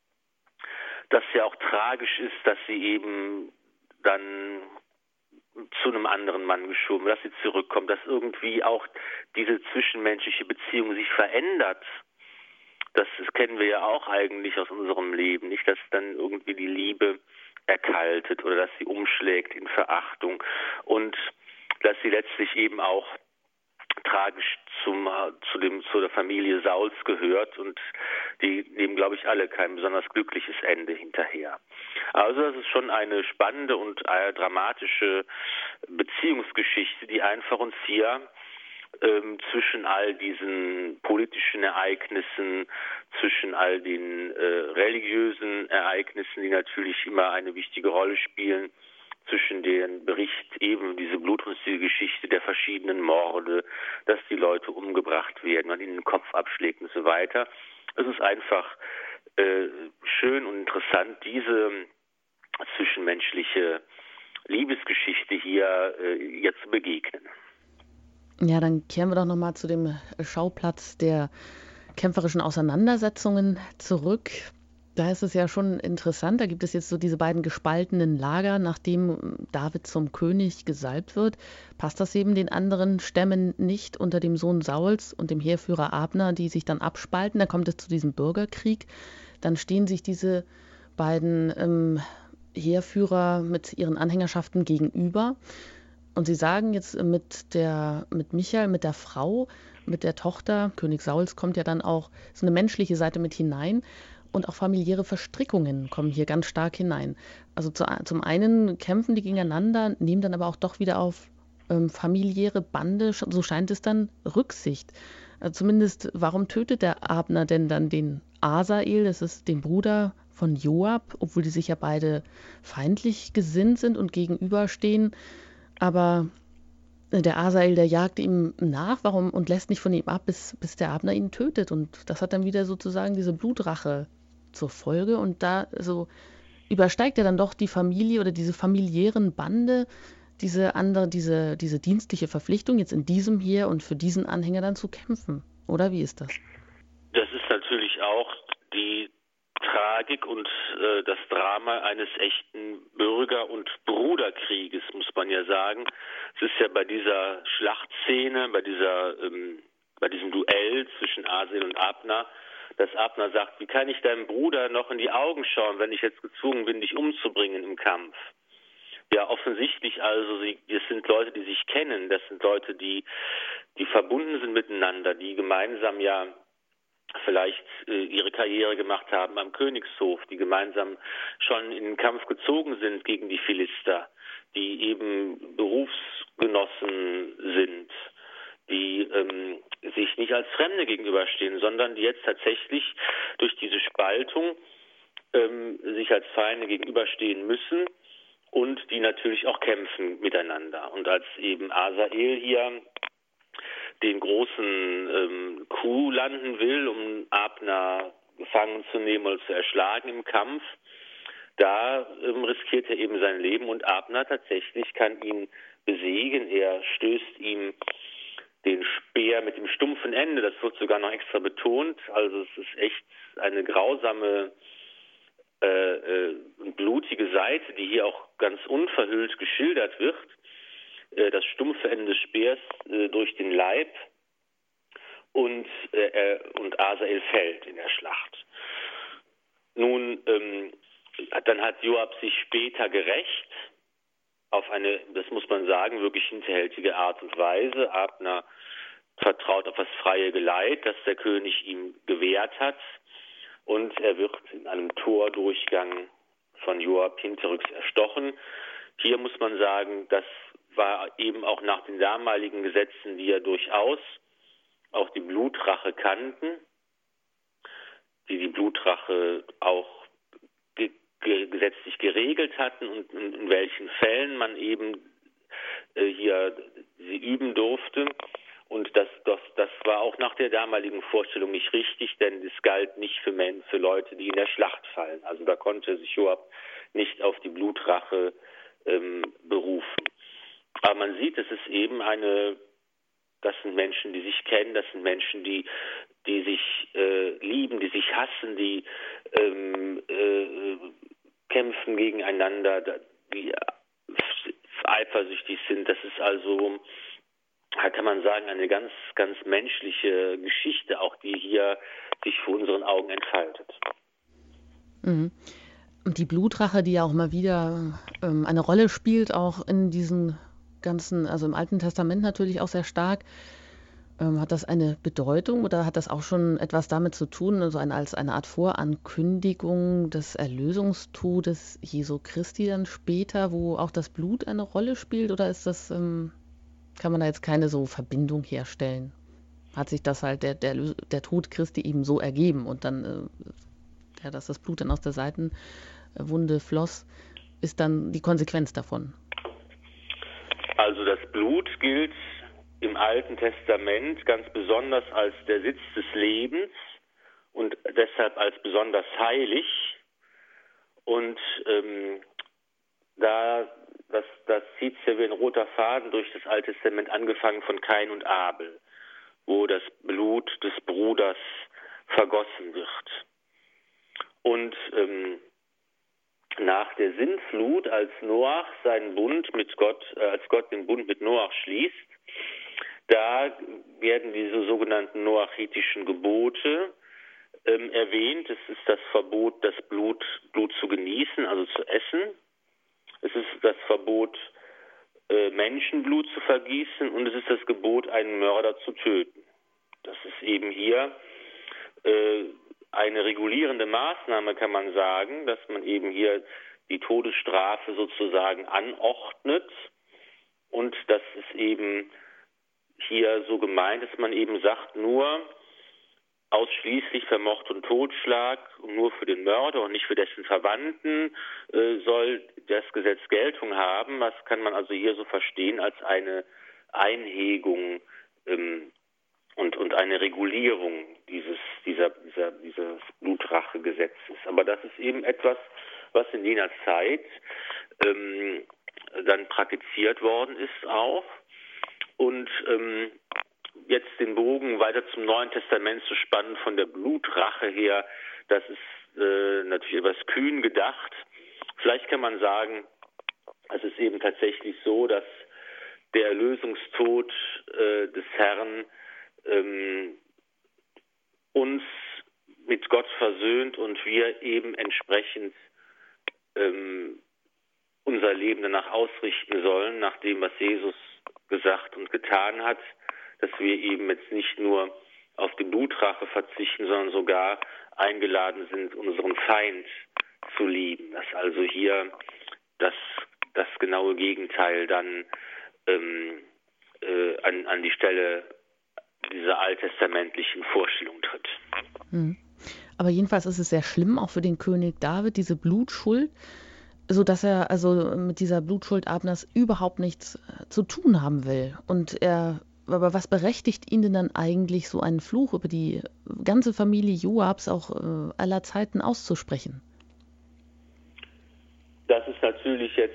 das ja auch tragisch ist, dass sie eben dann zu einem anderen Mann geschoben, dass sie zurückkommt, dass irgendwie auch diese zwischenmenschliche Beziehung sich verändert. Das kennen wir ja auch eigentlich aus unserem Leben, nicht, dass dann irgendwie die Liebe erkaltet oder dass sie umschlägt in Verachtung und dass sie letztlich eben auch tragisch zu der Familie Sauls gehört und die nehmen, glaube ich, alle kein besonders glückliches Ende hinterher. Also das ist schon eine spannende und dramatische Beziehungsgeschichte, die einfach uns hier zwischen all diesen politischen Ereignissen, zwischen all den religiösen Ereignissen, die natürlich immer eine wichtige Rolle spielen, zwischen den Bericht eben diese blutrünstige Geschichte der verschiedenen Morde, dass die Leute umgebracht werden, man ihnen den Kopf abschlägt und so weiter. Es ist einfach schön und interessant, diese zwischenmenschliche Liebesgeschichte hier zu begegnen. Ja, dann kehren wir doch nochmal zu dem Schauplatz der kämpferischen Auseinandersetzungen zurück. Da ist es ja schon interessant, da gibt es jetzt so diese beiden gespaltenen Lager, nachdem David zum König gesalbt wird, passt das eben den anderen Stämmen nicht unter dem Sohn Sauls und dem Heerführer Abner, die sich dann abspalten, dann kommt es zu diesem Bürgerkrieg, dann stehen sich diese beiden Heerführer mit ihren Anhängerschaften gegenüber. Und sie sagen jetzt mit Michael, mit der Frau, mit der Tochter, König Sauls kommt ja dann auch so eine menschliche Seite mit hinein und auch familiäre Verstrickungen kommen hier ganz stark hinein. Also zum einen kämpfen die gegeneinander, nehmen dann aber auch doch wieder auf familiäre Bande, so scheint es dann, Rücksicht. Also zumindest, warum tötet der Abner denn dann den Asael, das ist den Bruder von Joab, obwohl die sich ja beide feindlich gesinnt sind und gegenüberstehen. Aber der Asael, der jagt ihm nach, warum und lässt nicht von ihm ab, bis der Abner ihn tötet. Und das hat dann wieder sozusagen diese Blutrache zur Folge. Und da so übersteigt er dann doch die Familie oder diese familiären Bande, diese dienstliche Verpflichtung, jetzt in diesem hier und für diesen Anhänger dann zu kämpfen. Oder wie ist das? Das ist natürlich auch die Tragik und das Drama eines echten Bürger- und Bruderkrieges, muss man ja sagen. Es ist ja bei dieser Schlachtszene, bei diesem Duell zwischen Asael und Abner, dass Abner sagt, wie kann ich deinem Bruder noch in die Augen schauen, wenn ich jetzt gezwungen bin, dich umzubringen im Kampf? Ja, offensichtlich also, das sind Leute, die sich kennen, das sind Leute, die verbunden sind miteinander, die gemeinsam ja vielleicht ihre Karriere gemacht haben am Königshof, die gemeinsam schon in den Kampf gezogen sind gegen die Philister, die eben Berufsgenossen sind, die sich nicht als Fremde gegenüberstehen, sondern die jetzt tatsächlich durch diese Spaltung sich als Feinde gegenüberstehen müssen und die natürlich auch kämpfen miteinander. Und als eben Asael hier den großen Coup landen will, um Abner gefangen zu nehmen oder zu erschlagen im Kampf, da riskiert er eben sein Leben und Abner tatsächlich kann ihn besiegen. Er stößt ihm den Speer mit dem stumpfen Ende, das wird sogar noch extra betont, also es ist echt eine grausame blutige Seite, die hier auch ganz unverhüllt geschildert wird, das stumpfe Ende des Speers durch den Leib und Asael fällt in der Schlacht. Nun, dann hat Joab sich später gerächt, auf eine, das muss man sagen, wirklich hinterhältige Art und Weise. Abner vertraut auf das freie Geleit, das der König ihm gewährt hat, und er wird in einem Tordurchgang von Joab hinterrücks erstochen. Hier muss man sagen, das war eben auch nach den damaligen Gesetzen, die ja durchaus auch die Blutrache kannten, die Blutrache auch gesetzlich geregelt hatten und in welchen Fällen man eben hier sie üben durfte. Und das war auch nach der damaligen Vorstellung nicht richtig, denn es galt nicht für Leute, die in der Schlacht fallen. Also da konnte sich Joab nicht auf die Blutrache berufen. Aber man sieht, es ist eben das sind Menschen, die sich kennen, das sind Menschen, die sich lieben, die sich hassen, die kämpfen gegeneinander, die eifersüchtig sind. Das ist also, kann man sagen, eine ganz, ganz menschliche Geschichte, auch die hier sich vor unseren Augen entfaltet. Mhm. Und die Blutrache, die ja auch mal wieder eine Rolle spielt, auch in diesen ganzen, also im Alten Testament natürlich auch sehr stark. Hat das eine Bedeutung oder hat das auch schon etwas damit zu tun, also als eine Art Vorankündigung des Erlösungstodes Jesu Christi dann später, wo auch das Blut eine Rolle spielt? Oder ist das, kann man da jetzt keine so Verbindung herstellen? Hat sich das halt der Tod Christi eben so ergeben und dann, dass das Blut dann aus der Seitenwunde floss, ist dann die Konsequenz davon? Also das Blut gilt im Alten Testament ganz besonders als der Sitz des Lebens und deshalb als besonders heilig. Und das zieht sich ja wie ein roter Faden durch das Alte Testament, angefangen von Kain und Abel, wo das Blut des Bruders vergossen wird. Und nach der Sintflut, als Noach seinen Bund mit Gott, als Gott den Bund mit Noach schließt, da werden diese sogenannten noachitischen Gebote erwähnt. Es ist das Verbot, das Blut zu genießen, also zu essen. Es ist das Verbot, Menschenblut zu vergießen, und es ist das Gebot, einen Mörder zu töten. Das ist eben hier eine regulierende Maßnahme, kann man sagen, dass man eben hier die Todesstrafe sozusagen anordnet, und das ist eben hier so gemeint, dass man eben sagt, nur ausschließlich für Mord und Totschlag und nur für den Mörder und nicht für dessen Verwandten soll das Gesetz Geltung haben. Das kann man also hier so verstehen als eine Einhegung und eine Regulierung dieses Blutrachegesetzes. Aber das ist eben etwas, was in jener Zeit dann praktiziert worden ist auch. Und jetzt den Bogen weiter zum Neuen Testament zu spannen, von der Blutrache her, das ist natürlich etwas kühn gedacht. Vielleicht kann man sagen, es ist eben tatsächlich so, dass der Erlösungstod des Herrn uns mit Gott versöhnt und wir eben entsprechend unser Leben danach ausrichten sollen, nach dem, was Jesus gesagt und getan hat, dass wir eben jetzt nicht nur auf die Blutrache verzichten, sondern sogar eingeladen sind, unseren Feind zu lieben. Dass also hier das genaue Gegenteil dann an die Stelle dieser alttestamentlichen Vorstellung tritt. Aber jedenfalls ist es sehr schlimm, auch für den König David, diese Blutschuld, so dass er also mit dieser Blutschuld Abners überhaupt nichts zu tun haben will. Aber was berechtigt ihn denn dann eigentlich, so einen Fluch über die ganze Familie Joabs auch aller Zeiten auszusprechen? Das ist natürlich jetzt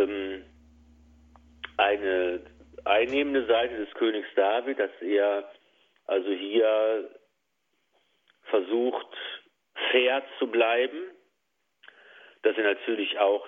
eine einnehmende Seite des Königs David, dass er also hier versucht, fair zu bleiben, dass er natürlich auch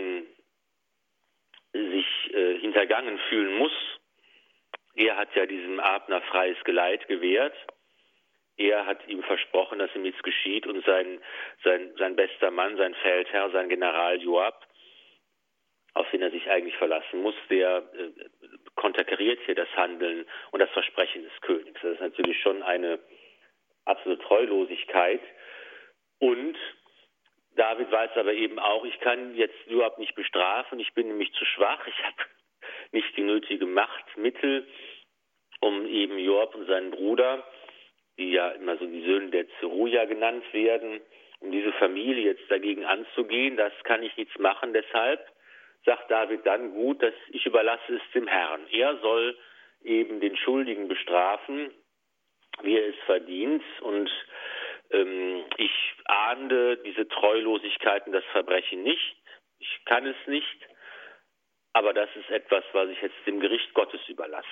sich hintergangen fühlen muss. Er hat ja diesem Abner freies Geleit gewährt. Er hat ihm versprochen, dass ihm nichts geschieht, und sein bester Mann, sein Feldherr, sein General Joab, auf den er sich eigentlich verlassen muss, der konterkariert hier das Handeln und das Versprechen des Königs. Das ist natürlich schon eine absolute Treulosigkeit. Und David weiß aber eben auch, ich kann jetzt Joab nicht bestrafen, ich bin nämlich zu schwach, ich habe nicht die nötige Machtmittel, um eben Joab und seinen Bruder, die ja immer so die Söhne der Zeruja genannt werden, um diese Familie jetzt dagegen anzugehen. Das kann ich nichts machen, deshalb sagt David dann, gut, dass ich überlasse es dem Herrn. Er soll eben den Schuldigen bestrafen, wie er es verdient, und ich ahnde diese Treulosigkeit und das Verbrechen nicht. Ich kann es nicht, aber das ist etwas, was ich jetzt dem Gericht Gottes überlasse.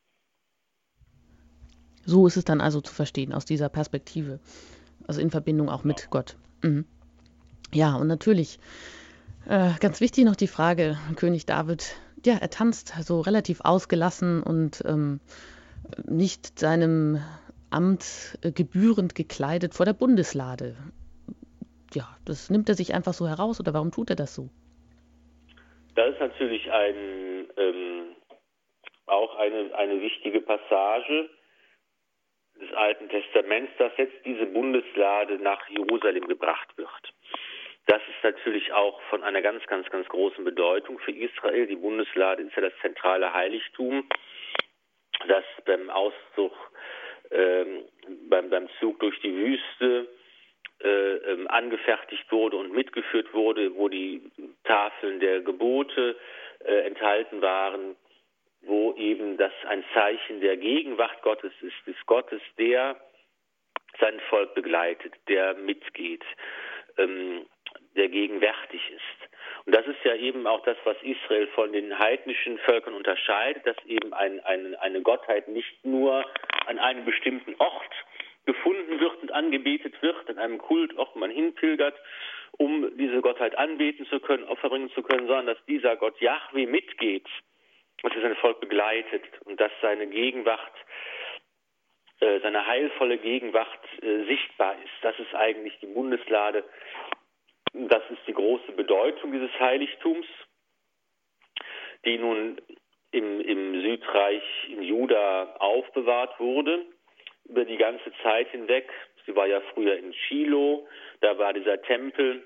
So ist es dann also zu verstehen, aus dieser Perspektive, also in Verbindung auch mit Gott. Ja, und natürlich, ganz wichtig noch die Frage, König David, ja, er tanzt so relativ ausgelassen und nicht seinem Amt gebührend gekleidet vor der Bundeslade. Ja, das nimmt er sich einfach so heraus, oder warum tut er das so? Das ist natürlich auch eine wichtige Passage des Alten Testaments, dass jetzt diese Bundeslade nach Jerusalem gebracht wird. Das ist natürlich auch von einer ganz, ganz, ganz großen Bedeutung für Israel. Die Bundeslade ist ja das zentrale Heiligtum, das beim Auszug, beim Zug durch die Wüste angefertigt wurde und mitgeführt wurde, wo die Tafeln der Gebote enthalten waren, wo eben das ein Zeichen der Gegenwart Gottes ist, des Gottes, der sein Volk begleitet, der mitgeht, der gegenwärtig ist. Und das ist ja eben auch das, was Israel von den heidnischen Völkern unterscheidet, dass eben eine Gottheit nicht nur an einem bestimmten Ort gefunden wird und angebetet wird, an einem Kultort man hinpilgert, um diese Gottheit anbeten zu können, Opfer bringen zu können, sondern dass dieser Gott Jahwe mitgeht, dass er sein Volk begleitet und dass seine Gegenwart, seine heilvolle Gegenwart sichtbar ist. Das ist eigentlich die Bundeslade. Das ist die große Bedeutung dieses Heiligtums, die nun im Südreich in Juda aufbewahrt wurde, über die ganze Zeit hinweg. Sie war ja früher in Shiloh, da war dieser Tempel,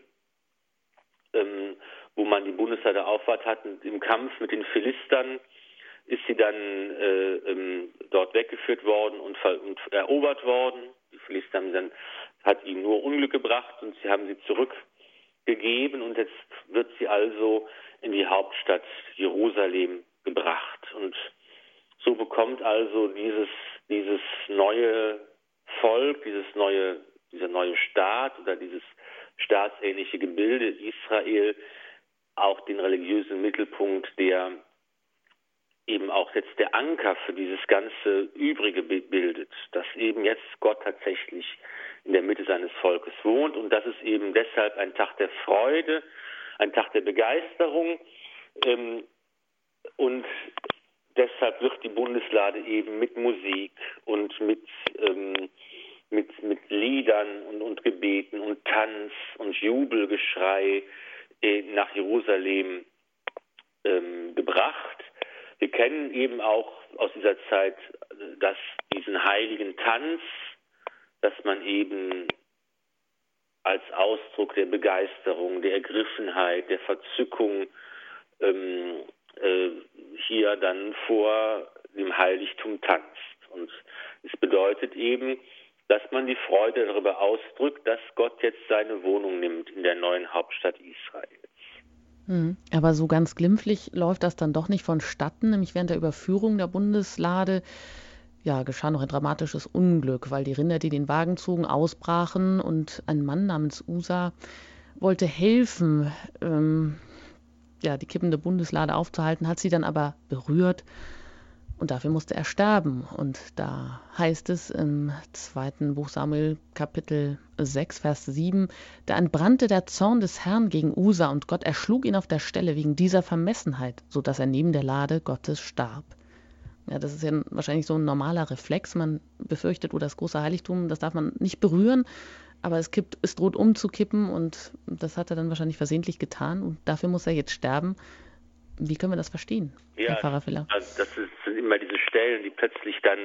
wo man die Bundeslade aufbewahrt hat. Und im Kampf mit den Philistern ist sie dann dort weggeführt worden und erobert worden. Die Philister hat ihnen nur Unglück gebracht und sie haben sie zurückgegeben, und jetzt wird sie also in die Hauptstadt Jerusalem gebracht. Und So bekommt also dieses neue Volk, dieser neue Staat oder dieses staatsähnliche Gebilde Israel auch den religiösen Mittelpunkt, der eben auch jetzt der Anker für dieses ganze Übrige bildet, dass eben jetzt Gott tatsächlich in der Mitte seines Volkes wohnt und das ist eben deshalb ein Tag der Freude, ein Tag der Begeisterung und deshalb wird die Bundeslade eben mit Musik und mit Liedern und Gebeten und Tanz und Jubelgeschrei nach Jerusalem gebracht. Wir kennen eben auch aus dieser Zeit diesen heiligen Tanz, dass man eben als Ausdruck der Begeisterung, der Ergriffenheit, der Verzückung hier dann vor dem Heiligtum tanzt. Und es bedeutet eben, dass man die Freude darüber ausdrückt, dass Gott jetzt seine Wohnung nimmt in der neuen Hauptstadt Israels. Aber so ganz glimpflich läuft das dann doch nicht vonstatten, nämlich während der Überführung der Bundeslade geschah noch ein dramatisches Unglück, weil die Rinder, die den Wagen zogen, ausbrachen und ein Mann namens Usa wollte helfen, die kippende Bundeslade aufzuhalten, hat sie dann aber berührt und dafür musste er sterben. Und da heißt es im 2. Buch Samuel, Kapitel 6, Vers 7, da entbrannte der Zorn des Herrn gegen Usa und Gott erschlug ihn auf der Stelle wegen dieser Vermessenheit, sodass er neben der Lade Gottes starb. Ja, das ist ja wahrscheinlich so ein normaler Reflex. Man befürchtet, das große Heiligtum, das darf man nicht berühren, aber es droht umzukippen und das hat er dann wahrscheinlich versehentlich getan und dafür muss er jetzt sterben. Wie können wir das verstehen, Herr Pfarrer Filler? Also sind immer diese Stellen, die plötzlich dann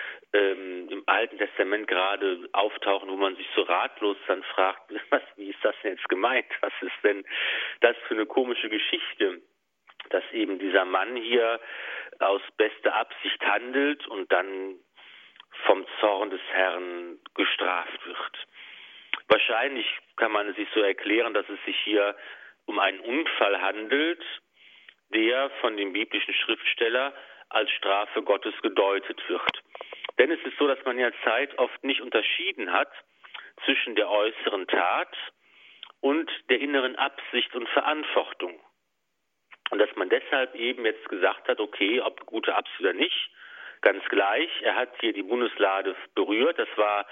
im Alten Testament gerade auftauchen, wo man sich so ratlos dann fragt, wie ist das denn jetzt gemeint? Was ist denn das für eine komische Geschichte? Dass eben dieser Mann hier aus bester Absicht handelt und dann vom Zorn des Herrn gestraft wird. Wahrscheinlich kann man es sich so erklären, dass es sich hier um einen Unfall handelt, der von dem biblischen Schriftsteller als Strafe Gottes gedeutet wird. Denn es ist so, dass man in der Zeit oft nicht unterschieden hat zwischen der äußeren Tat und der inneren Absicht und Verantwortung. Und dass man deshalb eben jetzt gesagt hat, okay, ob gute Absicht oder nicht, ganz gleich, er hat hier die Bundeslade berührt, das war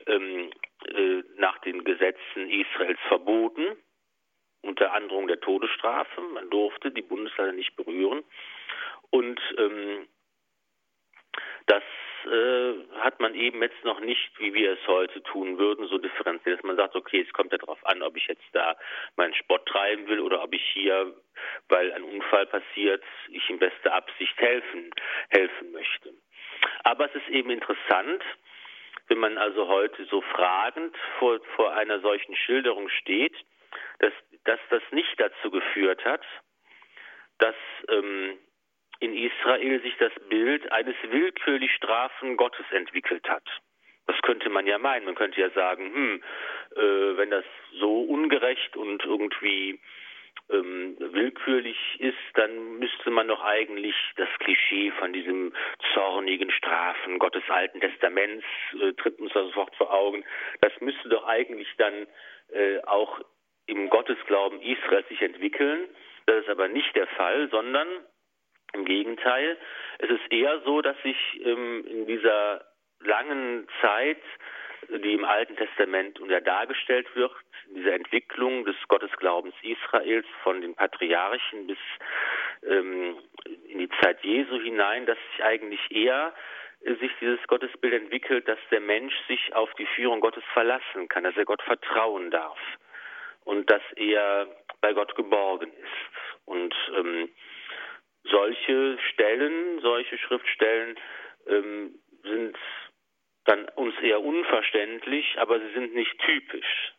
nach den Gesetzen Israels verboten, unter Androhung der Todesstrafe, man durfte die Bundeslade nicht berühren und das hat man eben jetzt noch nicht, wie wir es heute tun würden, so differenziert, dass man sagt, okay, es kommt ja darauf an, ob ich jetzt da meinen Spott treiben will oder ob ich hier, weil ein Unfall passiert, ich in bester Absicht helfen möchte. Aber es ist eben interessant, wenn man also heute so fragend vor einer solchen Schilderung steht, dass das nicht dazu geführt hat, dass in Israel sich das Bild eines willkürlich Strafen Gottes entwickelt hat. Das könnte man ja meinen. Man könnte ja sagen, wenn das so ungerecht und irgendwie willkürlich ist, dann müsste man doch eigentlich das Klischee von diesem zornigen Strafen Gottes Alten Testaments tritt uns da sofort vor Augen. Das müsste doch eigentlich dann auch im Gottesglauben Israels sich entwickeln. Das ist aber nicht der Fall, sondern im Gegenteil, es ist eher so, dass sich in dieser langen Zeit, die im Alten Testament dargestellt wird, in dieser Entwicklung des Gottesglaubens Israels von den Patriarchen bis in die Zeit Jesu hinein, dass sich eigentlich eher sich dieses Gottesbild entwickelt, dass der Mensch sich auf die Führung Gottes verlassen kann, dass er Gott vertrauen darf und dass er bei Gott geborgen ist. Und solche Schriftstellen sind dann uns eher unverständlich, aber sie sind nicht typisch.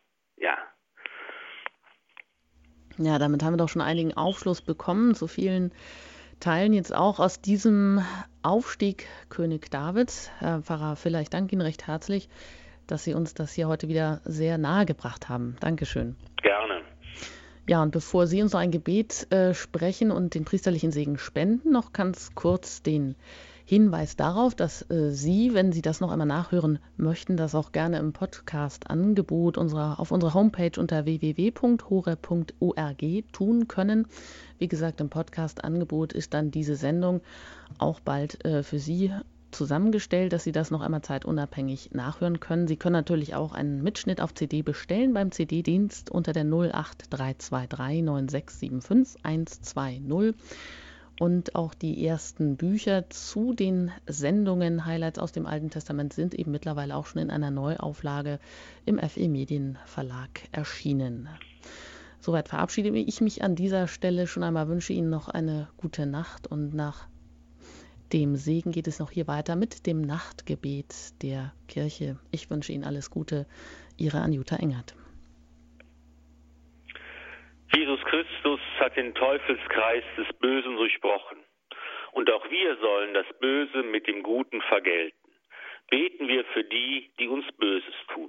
Ja, damit haben wir doch schon einigen Aufschluss bekommen zu vielen Teilen jetzt auch aus diesem Aufstieg König Davids. Herr Pfarrer Filler, ich danke Ihnen recht herzlich, dass Sie uns das hier heute wieder sehr nahe gebracht haben. Dankeschön. Gerne. Ja, und bevor Sie uns noch ein Gebet sprechen und den priesterlichen Segen spenden, noch ganz kurz den Hinweis darauf, dass Sie, wenn Sie das noch einmal nachhören möchten, das auch gerne im Podcast-Angebot auf unserer Homepage unter www.hore.org tun können. Wie gesagt, im Podcast-Angebot ist dann diese Sendung auch bald für Sie zusammengestellt, dass Sie das noch einmal zeitunabhängig nachhören können. Sie können natürlich auch einen Mitschnitt auf CD bestellen beim CD-Dienst unter der 08323 9675 120. Und auch die ersten Bücher zu den Sendungen Highlights aus dem Alten Testament sind eben mittlerweile auch schon in einer Neuauflage im FE Medienverlag erschienen. Soweit verabschiede ich mich an dieser Stelle schon einmal, wünsche Ihnen noch eine gute Nacht und nach dem Segen geht es noch hier weiter mit dem Nachtgebet der Kirche. Ich wünsche Ihnen alles Gute. Ihre Anjuta Engert. Jesus Christus hat den Teufelskreis des Bösen durchbrochen. Und auch wir sollen das Böse mit dem Guten vergelten. Beten wir für die, die uns Böses tun.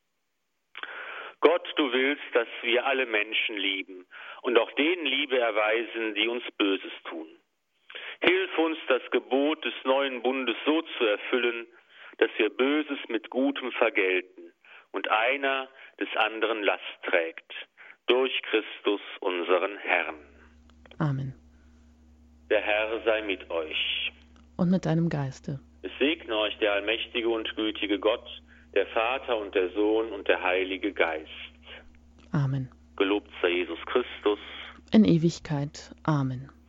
Gott, du willst, dass wir alle Menschen lieben und auch denen Liebe erweisen, die uns Böses tun. Hilf uns, das Gebot des neuen Bundes so zu erfüllen, dass wir Böses mit Gutem vergelten und einer des anderen Last trägt. Durch Christus, unseren Herrn. Amen. Der Herr sei mit euch. Und mit deinem Geiste. Es segne euch der allmächtige und gütige Gott, der Vater und der Sohn und der Heilige Geist. Amen. Gelobt sei Jesus Christus. In Ewigkeit. Amen.